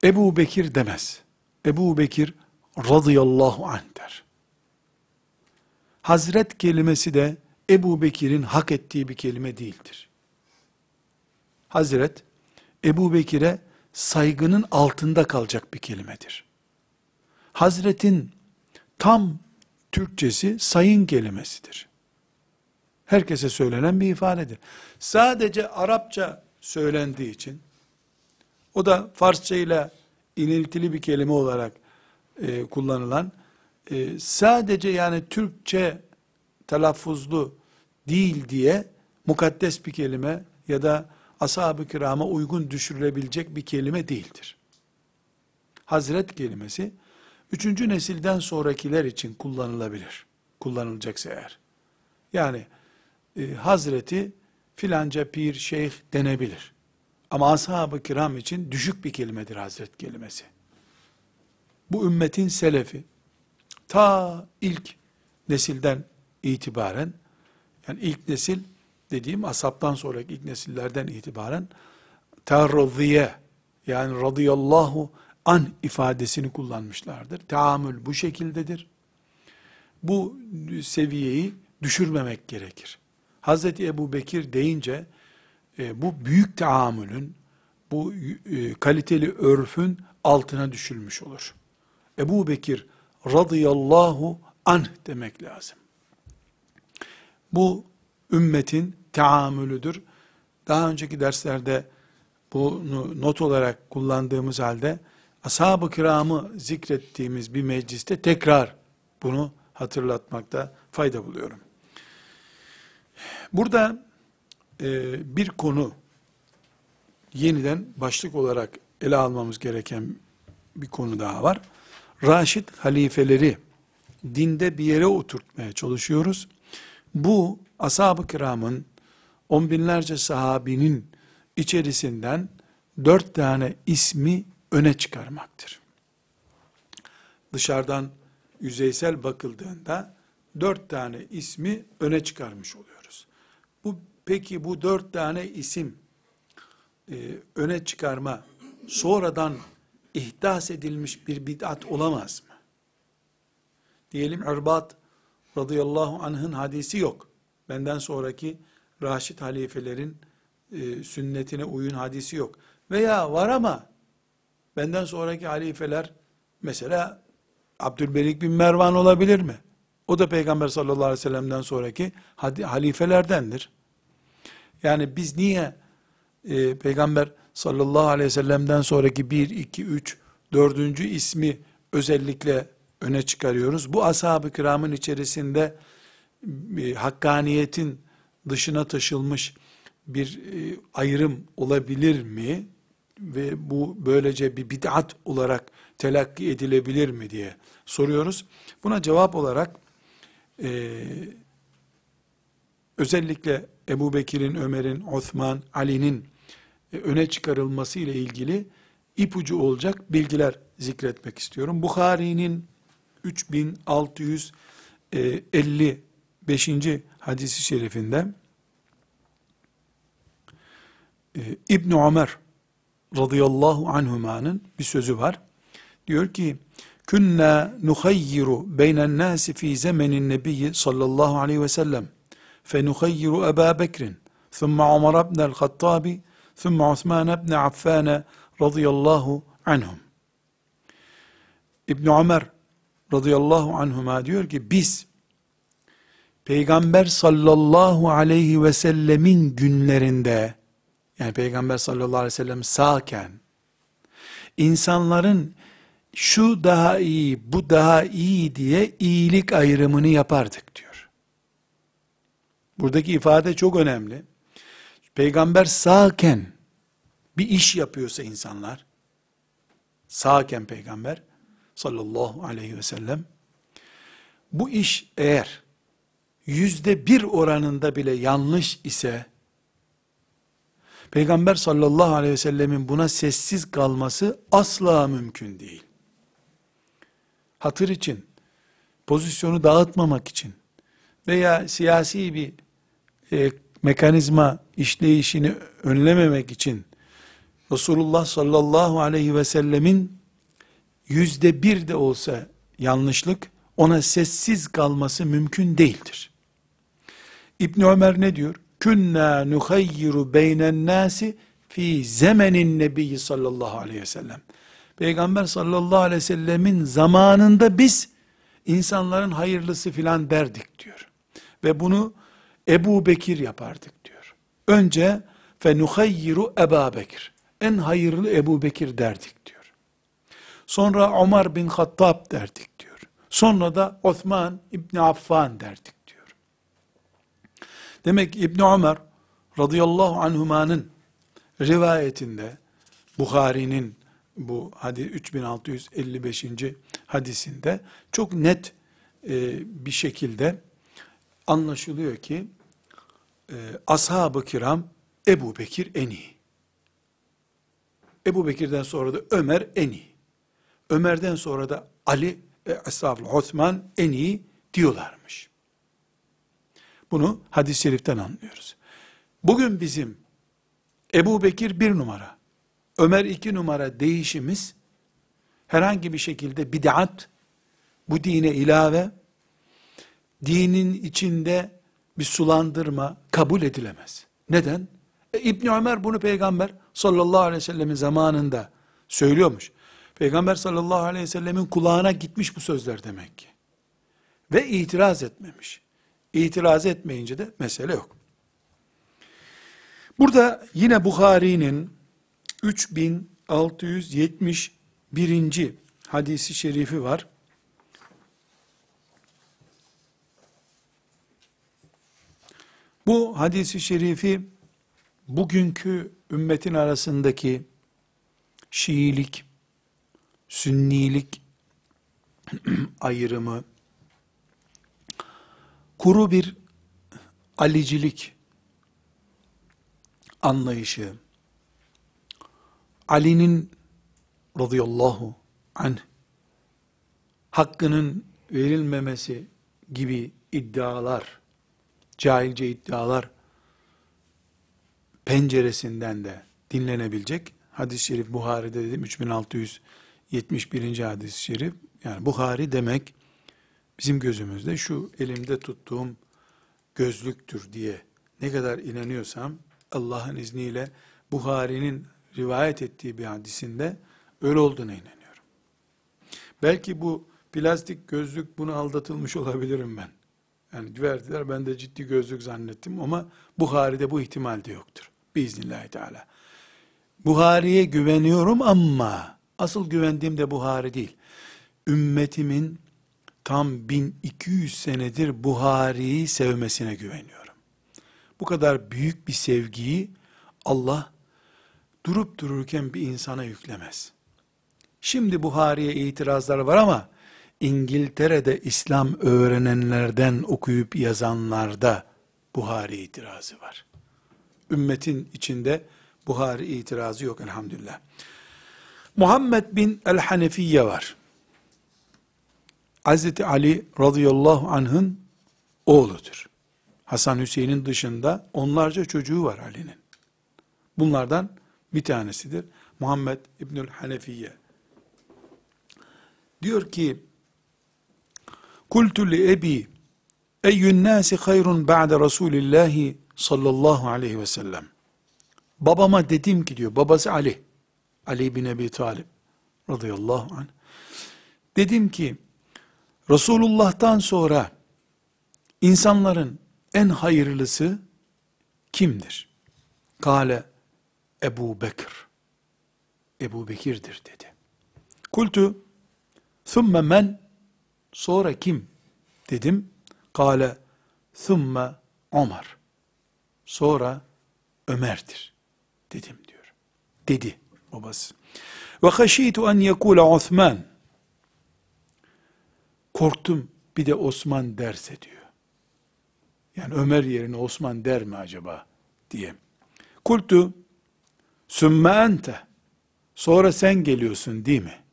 Ebu Bekir demez. Ebu Bekir radıyallahu anh der. Hazret kelimesi de Ebu Bekir'in hak ettiği bir kelime değildir. Hazret, Ebu Bekir'e saygının altında kalacak bir kelimedir. Hazretin tam Türkçesi sayın kelimesidir. Herkese söylenen bir ifadedir. Sadece Arapça söylendiği için, o da Farsça ile iniltili bir kelime olarak kullanılan, sadece yani Türkçe telaffuzlu değil diye mukaddes bir kelime ya da ashab-ı kirama uygun düşürülebilecek bir kelime değildir. Hazret kelimesi, 3. nesilden sonrakiler için kullanılabilir. Kullanılacaksa eğer. Yani Hazreti filanca pir, şeyh denebilir. Ama ashab-ı kiram için düşük bir kelimedir Hazret kelimesi. Bu ümmetin selefi, ta ilk nesilden itibaren, yani ilk nesil dediğim ashabtan sonraki ilk nesillerden itibaren terziye, yani radıyallahu an ifadesini kullanmışlardır. Teamül bu şekildedir. Bu seviyeyi düşürmemek gerekir. Hazreti Ebu Bekir deyince bu büyük teamülün, bu kaliteli örfün altına düşülmüş olur. Ebu Bekir radıyallahu anh demek lazım. Bu ümmetin teamülüdür. Daha önceki derslerde bunu not olarak kullandığımız halde ashab-ı kiramı zikrettiğimiz bir mecliste tekrar bunu hatırlatmakta fayda buluyorum. Burada bir konu yeniden başlık olarak ele almamız gereken bir konu daha var. Raşid halifeleri dinde bir yere oturtmaya çalışıyoruz. Bu ashab-ı kiramın, on binlerce sahabinin içerisinden 4 tane ismi öne çıkarmaktır. Dışarıdan yüzeysel bakıldığında 4 tane ismi öne çıkarmış oluyoruz. Peki bu 4 tane isim öne çıkarma sonradan ihdas edilmiş bir bid'at olamaz mı? Diyelim İrbad radıyallahu anh'ın hadisi yok. Benden sonraki Raşid halifelerin sünnetine uyun hadisi yok. Veya var ama benden sonraki halifeler, mesela Abdülmelik bin Mervan olabilir mi? O da Peygamber sallallahu aleyhi ve sellem'den sonraki halifelerdendir. Yani biz niye Peygamber sallallahu aleyhi ve sellem'den sonraki 1, 2, 3, 4. ismi özellikle öne çıkarıyoruz? Bu ashab-ı kiramın içerisinde hakkaniyetin dışına taşılmış bir ayrım olabilir mi? Ve bu böylece bir bid'at olarak telakki edilebilir mi diye soruyoruz. Buna cevap olarak özellikle Ebu Bekir'in, Ömer'in, Osman, Ali'nin öne çıkarılması ile ilgili ipucu olacak bilgiler zikretmek istiyorum. Bukhari'nin 3655. hadisi şerifinde İbn Ömer radıyallahu anhuma'nın bir sözü var. Diyor ki, "Kunna nukhayyiru beynen nasi fi zamanin nebiyyi sallallahu aleyhi ve sellem. Fe nukhayyiru Ebu Bekrin, thumma Ömer ibn el-Hattabi, thumma Osman ibn Affan radıyallahu anhum." İbn Ömer radıyallahu anhuma diyor ki, biz Peygamber sallallahu aleyhi ve sellemin günlerinde, yani Peygamber sallallahu aleyhi ve sellem sağken, insanların şu daha iyi, bu daha iyi diye iyilik ayrımını yapardık diyor. Buradaki ifade çok önemli. Peygamber sağken bir iş yapıyorsa insanlar, sağken Peygamber sallallahu aleyhi ve sellem, bu iş eğer %1 oranında bile yanlış ise, Peygamber sallallahu aleyhi ve sellemin buna sessiz kalması asla mümkün değil. Hatır için, pozisyonu dağıtmamak için veya siyasi bir mekanizma işleyişini önlememek için Resulullah sallallahu aleyhi ve sellemin %1 de olsa yanlışlık, ona sessiz kalması mümkün değildir. İbn Ömer ne diyor? Künna nuhayyiru beynen nasi fi zemenin nebiyyi sallallahu aleyhi ve sellem. Peygamber sallallahu aleyhi ve sellemin zamanında biz insanların hayırlısı filan derdik diyor. Ve bunu Ebu Bekir yapardık diyor. Önce fenuhayyiru Ebu Bekir. En hayırlı Ebu Bekir derdik diyor. Sonra Ömer bin Hattab derdik diyor. Sonra da Osman İbni Affan derdik diyor. Demek ki İbni Ömer radıyallahu anhumanın rivayetinde, Bukhari'nin bu 3655. hadisinde çok net bir şekilde anlaşılıyor ki ashab-ı kiram Ebu Bekir en iyi. Ebu Bekir'den sonra da Ömer en iyi. Ömer'den sonra da Ali, Osman en iyi diyorlarmış. Bunu hadis-i şeriften anlıyoruz. Bugün bizim Ebu Bekir 1 numara, Ömer 2 numara değişimiz herhangi bir şekilde bid'at, bu dine ilave, dinin içinde bir sulandırma kabul edilemez. Neden? İbn Ömer bunu Peygamber sallallahu aleyhi ve sellemin zamanında söylüyormuş. Peygamber sallallahu aleyhi ve sellemin kulağına gitmiş bu sözler demek ki. Ve itiraz etmemiş. İtiraz etmeyince de mesele yok. Burada yine Bukhari'nin 3671. hadisi şerifi var. Bu hadisi şerifi bugünkü ümmetin arasındaki Şiilik, Sünnilik ayrımı, kuru bir Alicilik anlayışı, Ali'nin radıyallahu anh hakkının verilmemesi gibi iddialar, cahilce iddialar penceresinden de dinlenebilecek. Hadis-i şerif Buhari'de dedim 3671. hadis-i şerif. Yani Buhari demek bizim gözümüzde şu elimde tuttuğum gözlüktür diye ne kadar inanıyorsam Allah'ın izniyle Buhari'nin rivayet ettiği bir hadisinde öyle olduğuna inanıyorum. Belki bu plastik gözlük, bunu aldatılmış olabilirim ben. Yani verdiler, ben de ciddi gözlük zannettim ama Buhari'de bu ihtimal de yoktur. Biiznillahü Teala. Buhari'ye güveniyorum ama asıl güvendiğim de Buhari değil. Ümmetimin tam 1200 senedir Buhari'yi sevmesine güveniyorum. Bu kadar büyük bir sevgiyi Allah durup dururken bir insana yüklemez. Şimdi Buhari'ye itirazlar var ama İngiltere'de İslam öğrenenlerden okuyup yazanlarda Buhari itirazı var. Ümmetin içinde Buhari itirazı yok elhamdülillah. Muhammed bin el-Hanefiye var. Hazreti Ali radıyallahu anh'ın oğludur. Hasan Hüseyin'in dışında onlarca çocuğu var Ali'nin. Bunlardan bir tanesidir. Muhammed İbnül Hanefiye. Diyor ki, Kultu li ebi, eyyün nâsi hayrun ba'de Resulillahi sallallahu aleyhi ve sellem. Babama dedim ki diyor, babası Ali, Ali bin Ebi Talib radıyallahu anh. Dedim ki, Resulullah'tan sonra insanların en hayırlısı kimdir? Kale Ebu Bekir. Ebu Bekir'dir dedi. Kultu thumme men, sonra kim dedim. Kale thumme Ömer. Sonra Ömer'dir dedim diyor. Dedi babası. Ve haşitu en yekule Osman. Korktum bir de Osman derse diyor. Yani Ömer yerine Osman der mi acaba diye. Kultu sümme ente. Sonra sen geliyorsun değil mi?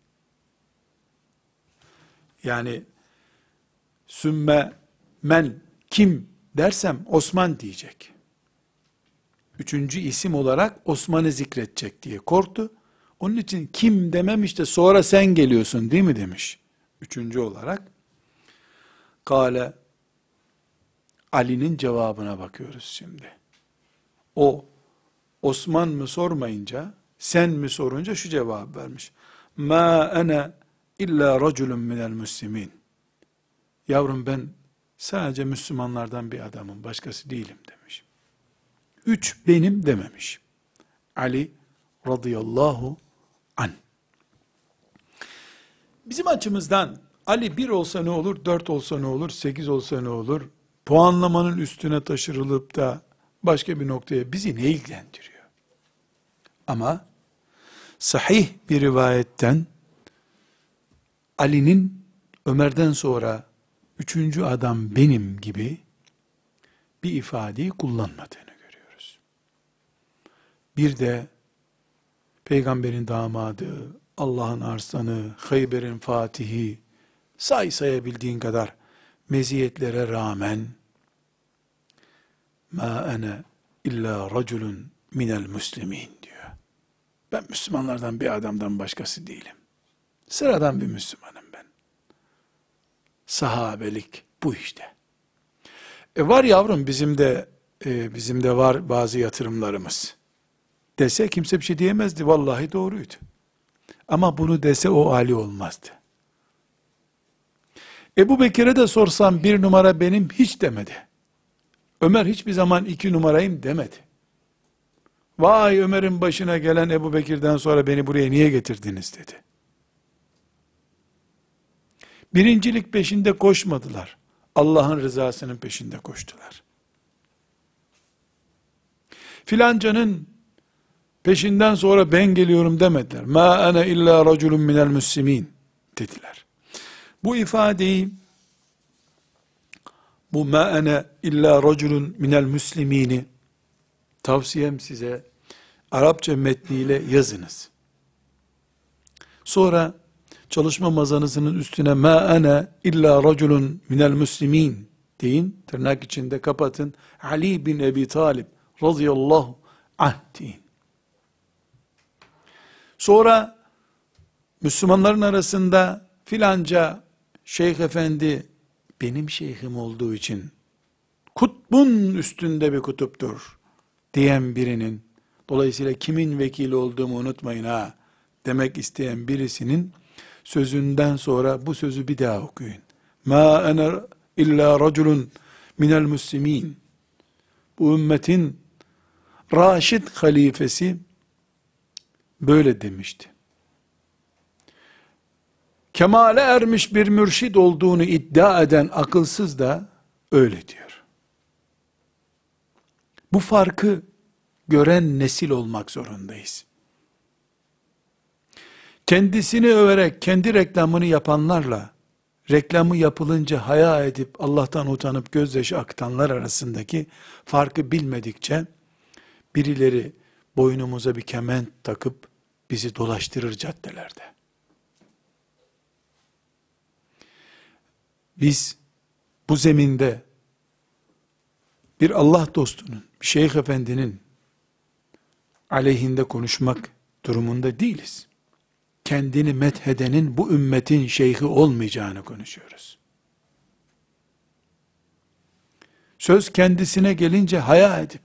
Yani sümme men kim dersem Osman diyecek. üçüncü isim olarak Osman'ı zikredecek diye korktu. Onun için kim dememiş de sonra sen geliyorsun değil mi demiş. Üçüncü olarak. Kale, Ali'nin cevabına bakıyoruz şimdi. O Osman mı sormayınca, sen mi sorunca şu cevap vermiş. Ma ana illa raculun minel muslimin. Yavrum ben sadece Müslümanlardan bir adamım, başkası değilim demiş. Üç benim dememiş. Ali radıyallahu anh. Bizim açımızdan Ali bir olsa ne olur, 4 olsa ne olur, 8 olsa ne olur, puanlamanın üstüne taşırılıp da başka bir noktaya bizi ne ilgilendiriyor? Ama sahih bir rivayetten Ali'nin Ömer'den sonra üçüncü adam benim gibi bir ifadeyi kullanmadığını görüyoruz. Bir de peygamberin damadı, Allah'ın arslanı, Hayber'in fatihi, sayabildiğin kadar meziyetlere rağmen ma ene illa raculun minel muslimin diyor. Ben Müslümanlardan bir adamdan başkası değilim. Sıradan bir Müslümanım ben. Sahabelik bu işte. Var yavrum bizim de var bazı yatırımlarımız dese kimse bir şey diyemezdi. Vallahi doğruydu. Ama bunu dese o Ali olmazdı. Ebu Bekir'e de sorsam bir numara benim hiç demedi. Ömer hiçbir zaman 2 numarayım demedi. Vay Ömer'in başına gelen Ebu Bekir'den sonra beni buraya niye getirdiniz dedi. Birincilik peşinde koşmadılar. Allah'ın rızasının peşinde koştular. Filancanın peşinden sonra ben geliyorum demediler. Ma ana illa raculun minel muslimin dediler. Bu ifadeyi, bu ma ana illa raculun minel muslimini tavsiyem size Arapça metniyle yazınız. Sonra çalışma masanızın üstüne ma ana illa raculun minel muslimin deyin. Tırnak içinde kapatın. Ali bin Ebi Talib radıyallahu anh deyin. Sonra Müslümanların arasında filanca şeyh efendi benim şeyhim olduğu için kutbun üstünde bir kutuptur diyen birinin, dolayısıyla kimin vekili olduğumu unutmayın ha demek isteyen birisinin sözünden sonra bu sözü bir daha okuyun. Ma ene illa raculun minel muslimin. Bu ümmetin Raşid halifesi böyle demişti. Kemale ermiş bir mürşid olduğunu iddia eden akılsız da öyle diyor. Bu farkı gören nesil olmak zorundayız. Kendisini överek kendi reklamını yapanlarla, reklamı yapılınca haya edip Allah'tan utanıp gözyaşı akıtanlar arasındaki farkı bilmedikçe, birileri boynumuza bir kement takıp bizi dolaştırır caddelerde. Biz bu zeminde bir Allah dostunun, bir şeyh efendinin aleyhinde konuşmak durumunda değiliz. Kendini methedenin bu ümmetin şeyhi olmayacağını konuşuyoruz. Söz kendisine gelince haya edip,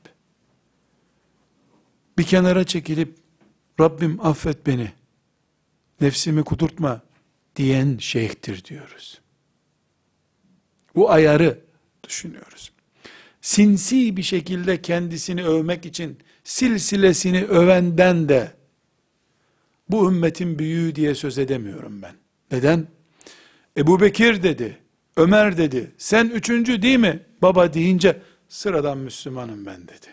bir kenara çekilip, Rabbim affet beni, nefsimi kudurtma diyen şeyhtir diyoruz. Bu ayarı düşünüyoruz. Sinsi bir şekilde kendisini övmek için silsilesini övenden de bu ümmetin büyüğü diye söz edemiyorum ben. Neden? Ebu Bekir dedi, Ömer dedi, sen üçüncü değil mi? Baba deyince sıradan Müslümanım ben dedi.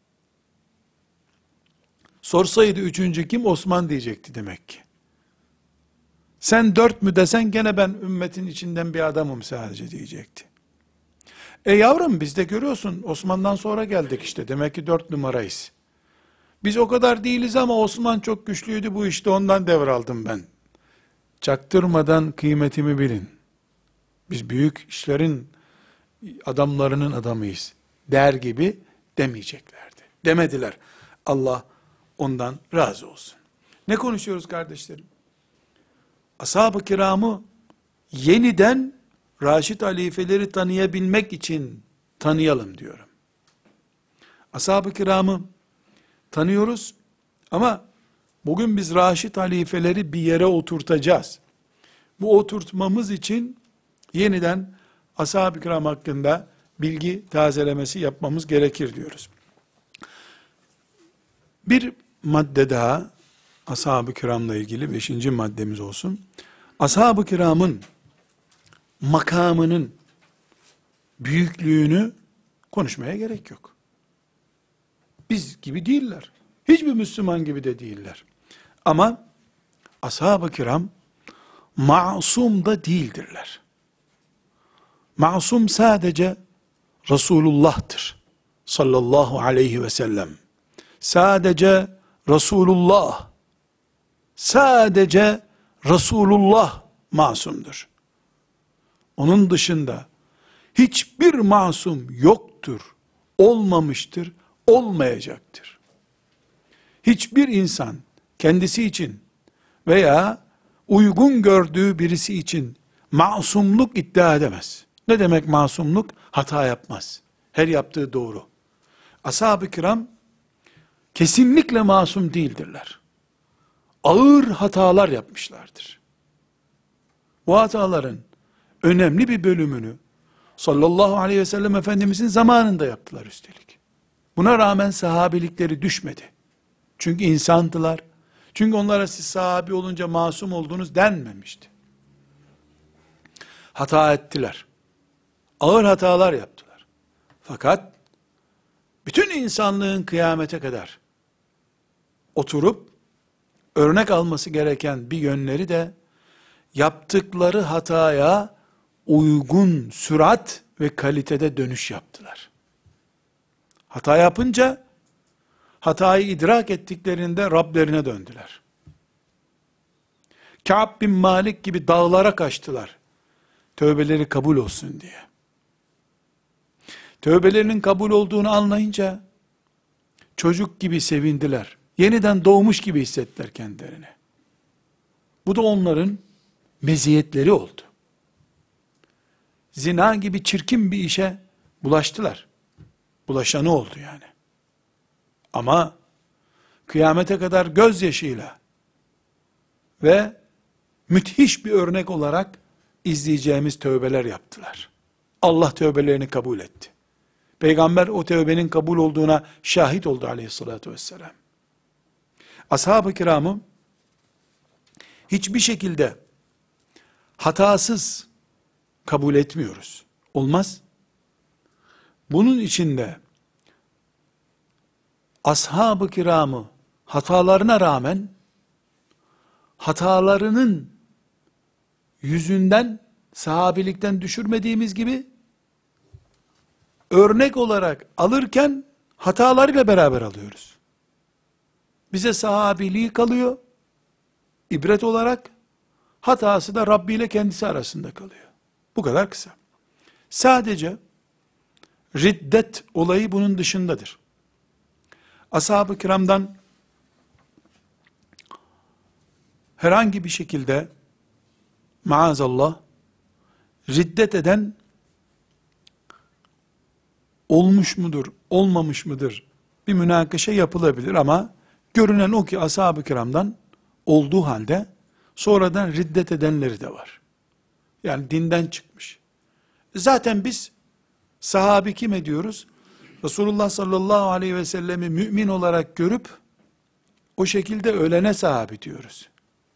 Sorsaydı üçüncü kim? Osman diyecekti demek ki. Sen 4 mü desen gene ben ümmetin içinden bir adamım sadece diyecekti. Yavrum biz de görüyorsun Osman'dan sonra geldik işte demek ki 4 numarayız. Biz o kadar değiliz ama Osman çok güçlüydü bu işte ondan devraldım ben. Çaktırmadan kıymetimi bilin. Biz büyük işlerin adamlarının adamıyız der gibi demeyeceklerdi. demediler. Allah ondan razı olsun. Ne konuşuyoruz kardeşlerim? Ashab-ı kiramı yeniden Raşid halifeleri tanıyabilmek için tanıyalım diyorum. Ashab-ı kiramı tanıyoruz ama bugün biz Raşid halifeleri bir yere oturtacağız. Bu oturtmamız için yeniden ashab-ı kiram hakkında bilgi tazelemesi yapmamız gerekir diyoruz. Bir madde daha ashab-ı kiramla ilgili 5. maddemiz olsun. Ashab-ı kiramın makamının büyüklüğünü konuşmaya gerek yok. Biz gibi değiller. Hiçbir Müslüman gibi de değiller. Ama ashab-ı kiram masum da değildirler. Masum sadece Resulullah'tır. Sallallahu aleyhi ve sellem. Sadece Resulullah. Sadece Resulullah masumdur. Onun dışında hiçbir masum yoktur, olmamıştır, olmayacaktır. Hiçbir insan kendisi için veya uygun gördüğü birisi için masumluk iddia edemez. Ne demek masumluk? Hata yapmaz. Her yaptığı doğru. Ashab-ı kiram kesinlikle masum değildirler. Ağır hatalar yapmışlardır. Bu hataların önemli bir bölümünü sallallahu aleyhi ve sellem Efendimizin zamanında yaptılar üstelik. Buna rağmen sahabilikleri düşmedi. Çünkü insandılar. Çünkü onlara siz sahabi olunca masum oldunuz denmemişti. Hata ettiler. Ağır hatalar yaptılar. Fakat bütün insanlığın kıyamete kadar oturup örnek alması gereken bir yönleri de yaptıkları hataya uygun sürat ve kalitede dönüş yaptılar. Hata yapınca hatayı idrak ettiklerinde Rablerine döndüler. Ka'b bin Malik gibi dağlara kaçtılar. Tövbeleri kabul olsun diye. Tövbelerinin kabul olduğunu anlayınca çocuk gibi sevindiler. Yeniden doğmuş gibi hissettiler kendilerini. Bu da onların meziyetleri oldu. Zina gibi çirkin bir işe bulaştılar. Bulaşanı oldu yani. Ama kıyamete kadar gözyaşıyla ve müthiş bir örnek olarak izleyeceğimiz tövbeler yaptılar. Allah tövbelerini kabul etti. Peygamber o tövbenin kabul olduğuna şahit oldu aleyhissalatü vesselam. Ashab-ı kiramı hiçbir şekilde hatasız kabul etmiyoruz. Olmaz. Bunun içinde ashab-ı kiramı hatalarına rağmen hatalarının yüzünden sahabilikten düşürmediğimiz gibi örnek olarak alırken hatalarıyla beraber alıyoruz. Bize sahabiliği kalıyor, ibret olarak, hatası da Rabbi ile kendisi arasında kalıyor. Bu kadar kısa. Sadece riddet olayı bunun dışındadır. Ashab-ı kiramdan herhangi bir şekilde maazallah riddet eden olmuş mudur, olmamış mıdır bir münakaşa yapılabilir ama görünen o ki ashab-ı kiramdan olduğu halde sonradan riddet edenleri de var. Yani dinden çıkmış. Zaten biz sahabi kim ediyoruz? Resulullah sallallahu aleyhi ve sellemi mümin olarak görüp o şekilde ölene sahabi diyoruz.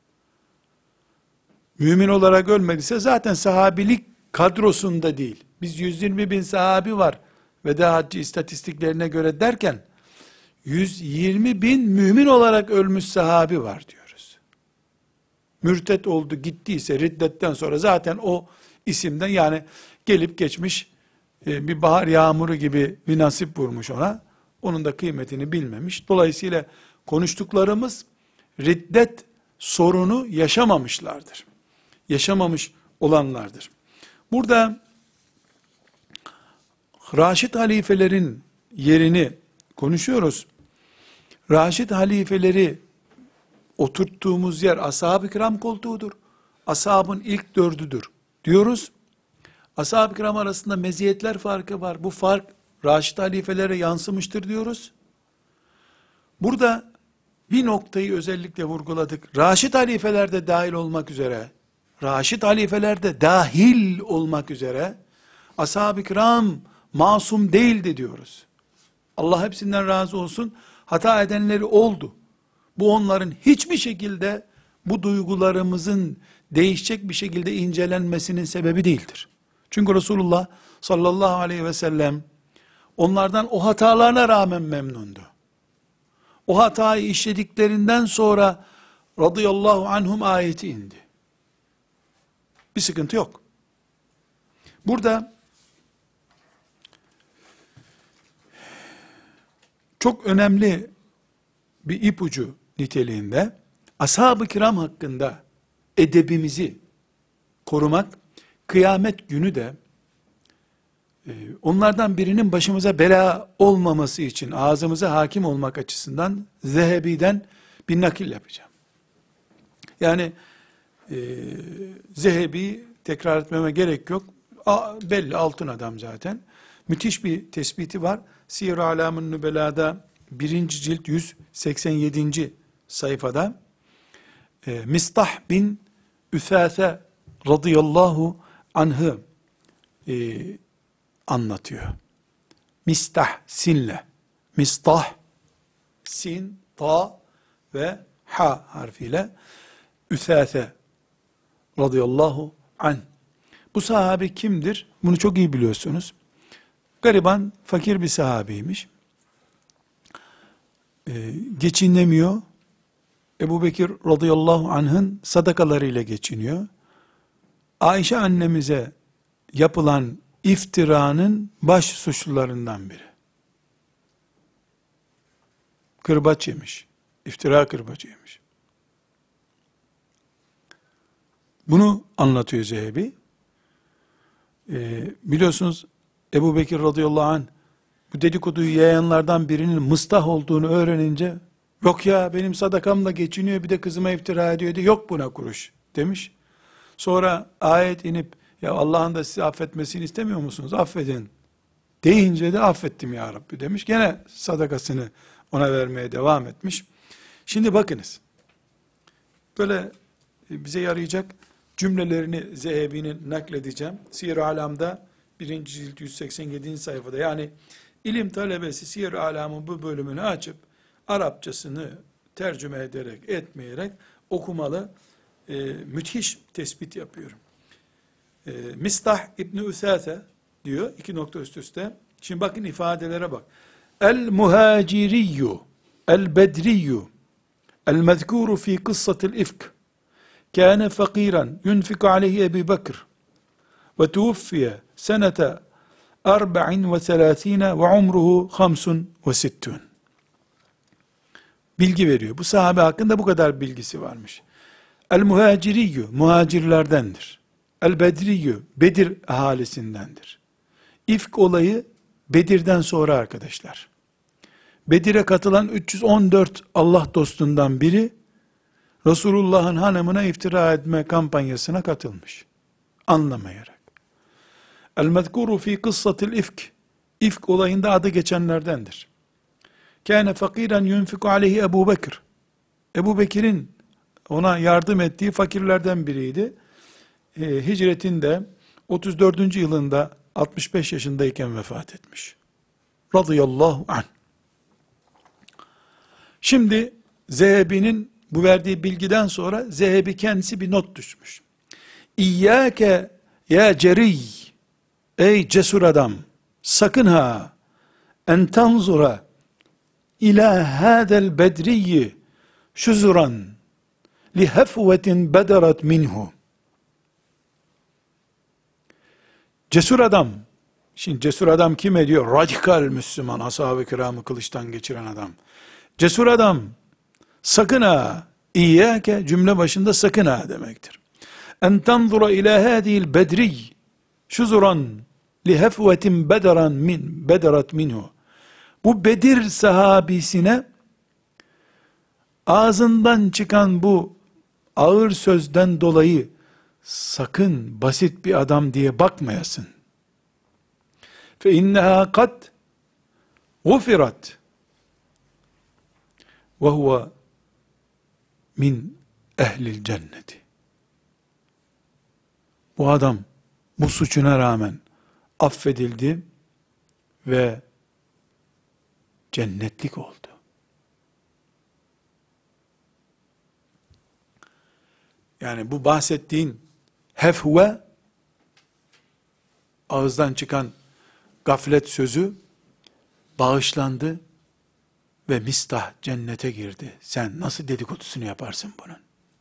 Mümin olarak ölmediyse zaten sahabilik kadrosunda değil. Biz 120 bin sahabi var veda haccı istatistiklerine göre derken 120 bin mümin olarak ölmüş sahabi var diyoruz. Mürtet oldu gittiyse riddetten sonra zaten o isimden yani gelip geçmiş bir bahar yağmuru gibi bir nasip vurmuş ona. Onun da kıymetini bilmemiş. Dolayısıyla konuştuklarımız riddet sorunu yaşamamışlardır. Yaşamamış olanlardır. Burada Raşid halifelerin yerini konuşuyoruz. Raşid halifeleri oturttuğumuz yer ashab-ı kiram koltuğudur. Ashabın ilk dördüdür diyoruz. Ashab-ı kiram arasında meziyetler farkı var. Bu fark Raşid halifelere yansımıştır diyoruz. Burada bir noktayı özellikle vurguladık. Raşid halifeler de dahil olmak üzere, ashab-ı kiram masum değildi diyoruz. Allah hepsinden razı olsun. Hata edenleri oldu. Bu onların hiçbir şekilde bu duygularımızın değişecek bir şekilde incelenmesinin sebebi değildir. Çünkü Resulullah sallallahu aleyhi ve sellem onlardan o hatalarına rağmen memnundu. O hatayı işlediklerinden sonra radıyallahu anhum ayeti indi. Bir sıkıntı yok. Burada çok önemli bir ipucu niteliğinde ashab-ı kiram hakkında edebimizi korumak, kıyamet günü de onlardan birinin başımıza bela olmaması için ağzımıza hakim olmak açısından Zehebi'den bir nakil yapacağım. Yani Zehebi tekrar etmeme gerek yok. Belli altın adam zaten. Müthiş bir tespiti var. Siyer-i Alam-ı Nübela'da 1. cilt 187. sayfada Mistah bin Üthâse radıyallahu anh'ı anlatıyor. Mistah sinle. Mistah sin, ta ve ha harfiyle Üthâse radıyallahu anh. Bu sahabe kimdir? Bunu çok iyi biliyorsunuz. Gariban, fakir bir sahabeymiş. Geçinemiyor. Ebu Bekir radıyallahu anh'ın sadakalarıyla geçiniyor. Ayşe annemize yapılan iftiranın baş suçlularından biri. Kırbaç yemiş. İftira kırbacı yemiş. Bunu anlatıyor Zehebi. Biliyorsunuz Ebu Bekir radıyallahu anh bu dedikoduyu yayanlardan birinin Mıstah olduğunu öğrenince yok ya benim sadakamla geçiniyor bir de kızıma iftira ediyor diye yok buna kuruş demiş. Sonra ayet inip ya Allah'ın da sizi affetmesini istemiyor musunuz? Affedin deyince de affettim ya Rabbi demiş. Gene sadakasını ona vermeye devam etmiş. Şimdi bakınız. Böyle bize yarayacak cümlelerini Zehebi'nin nakledeceğim. Siyer-i Alam'da 1. cilt 187. sayfada yani ilim talebesi Siyer-i Alam'ın bu bölümünü açıp Arapçasını tercüme ederek etmeyerek okumalı. Müthiş tespit yapıyorum. Mistah İbni Üthâse diyor, 2 nokta üst üste. Şimdi bakın ifadelere bak. El-muhaciriyyu, el-bedriyyu, el-mezkûru fî kıssatil ifk, kâne fakîran, yunfiku aleyhi Ebu Bekir, ve tuvuffiye senete 34 ve umruhu 65. Bilgi veriyor. Bu sahabe hakkında bu kadar bilgisi varmış. El-muhaciriyyü, muhacirlerdendir. El-bedriyyü, Bedir ahalisindendir. İfk olayı Bedir'den sonra arkadaşlar. Bedir'e katılan 314 Allah dostundan biri, Resulullah'ın hanımına iftira etme kampanyasına katılmış. Anlamayarak. El-mezkûru fî kıssatil ifk, İfk olayında adı geçenlerdendir. Kâne fakîren yunfiku aleyhi Ebu Bekir. Ebu Bekir'in ona yardım ettiği fakirlerden biriydi. Hicretin de 34. yılında 65 yaşındayken vefat etmiş. Radıyallahu anh. Şimdi Zehebi'nin bu verdiği bilgiden sonra Zehebi kendisi bir not düşmüş. İyyâke ya ceriy, ey cesur adam, sakın ha, en tanzura ila hâdel bedriyyi şuzuran li hefvetin bederat minhu. Cesur adam, şimdi cesur adam kim ediyor? Radikal Müslüman, ashab-ı kiramı kılıçtan geçiren adam. Cesur adam, sakın ha, İyyâke cümle başında sakın ha demektir. En tanzura ila hâdihil bedriy şuzuran li hefvetin bederat minhu. Bu Bedir sahabisine ağzından çıkan bu ağır sözden dolayı sakın basit bir adam diye bakmayasın. Fe inneha kad gufirat ve huve min ehlil cenneti. Bu adam bu suçuna rağmen affedildi ve cennetlik oldu. Yani bu bahsettiğin hefve, ağızdan çıkan gaflet sözü bağışlandı ve Mistah cennete girdi. Sen nasıl dedikodusunu yaparsın bunun?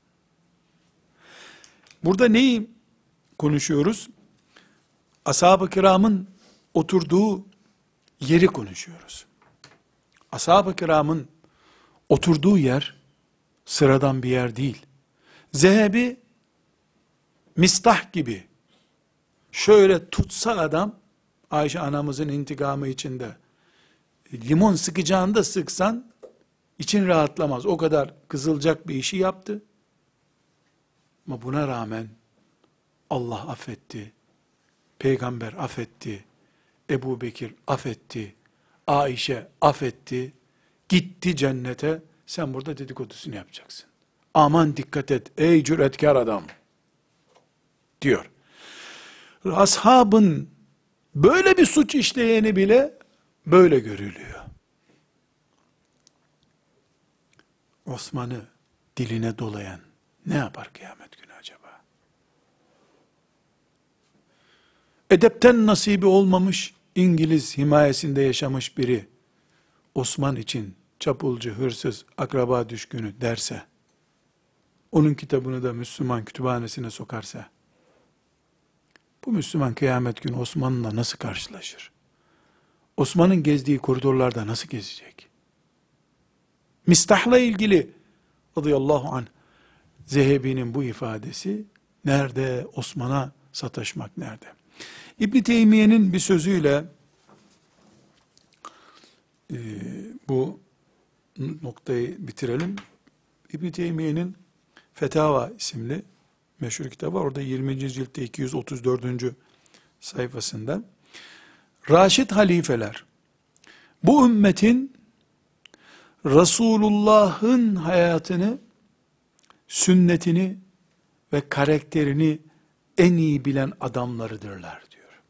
Burada neyi konuşuyoruz? Ashab-ı kiramın oturduğu yeri konuşuyoruz. Ashab-ı kiramın oturduğu yer sıradan bir yer değil. Zehebi Mistah gibi şöyle tutsa adam, Ayşe anamızın intikamı içinde, limon sıkacağını da sıksan için rahatlamaz. O kadar kızılacak bir işi yaptı. Ama buna rağmen Allah affetti. Peygamber affetti. Ebu Bekir affetti. Ayşe affetti. Gitti cennete. Sen burada dedikodusunu yapacaksın. Aman dikkat et ey cüretkar adam diyor. Ashabın böyle bir suç işleyeni bile böyle görülüyor. Osman'ı diline dolayan ne yapar kıyamet günü acaba? Edepten nasibi olmamış, İngiliz himayesinde yaşamış biri, Osman için çapulcu, hırsız, akraba düşkünü derse, onun kitabını da Müslüman kütüphanesine sokarsa, bu Müslüman kıyamet günü Osman'la nasıl karşılaşır? Osman'ın gezdiği koridorlarda nasıl gezecek? Mistah'la ilgili radıyallahu anh Zehebi'nin bu ifadesi nerede? Osman'a sataşmak nerede? İbn Teymiye'nin bir sözüyle bu noktayı bitirelim. İbn Teymiye'nin Fetava isimli meşhur kitabı, orada 20. ciltte 234. sayfasında Raşid halifeler bu ümmetin Resulullah'ın hayatını, sünnetini ve karakterini en iyi bilen adamlarıdırlar diyor.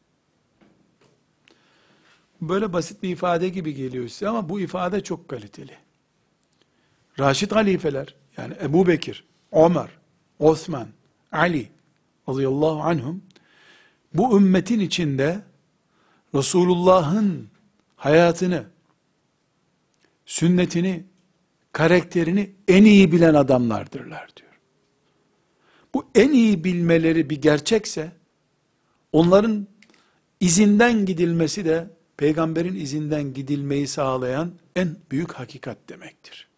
Böyle basit bir ifade gibi geliyor size ama bu ifade çok kaliteli. Raşid halifeler, yani Ebu Bekir, Ömer, Osman, Ali radıyallahu anhum, bu ümmetin içinde Resulullah'ın hayatını, sünnetini, karakterini en iyi bilen adamlardırlar diyor. Bu en iyi bilmeleri bir gerçekse, onların izinden gidilmesi de, peygamberin izinden gidilmeyi sağlayan en büyük hakikat demektir.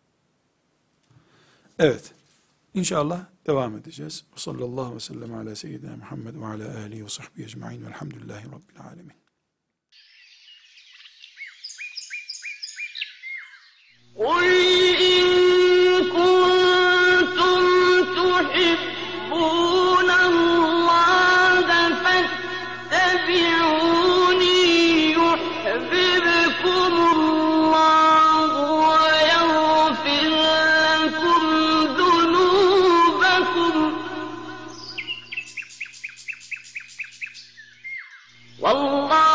Evet, İnşallah devam edeceğiz. Sallallahu aleyhi ve sellem ala seyyidina Muhammed ve ala alihi ve sahbihi ecma'in velhamdülillahi rabbil alemin. قُلْ إِن كُنتُمْ تُحِبُّونَ اللَّهَ فَاتَّبِعُونِي يُحْبِبْكُمُ اللَّهُ وَيَغْفِرْ لَكُمْ ذُنُوبَكُمْ وَاللَّهُ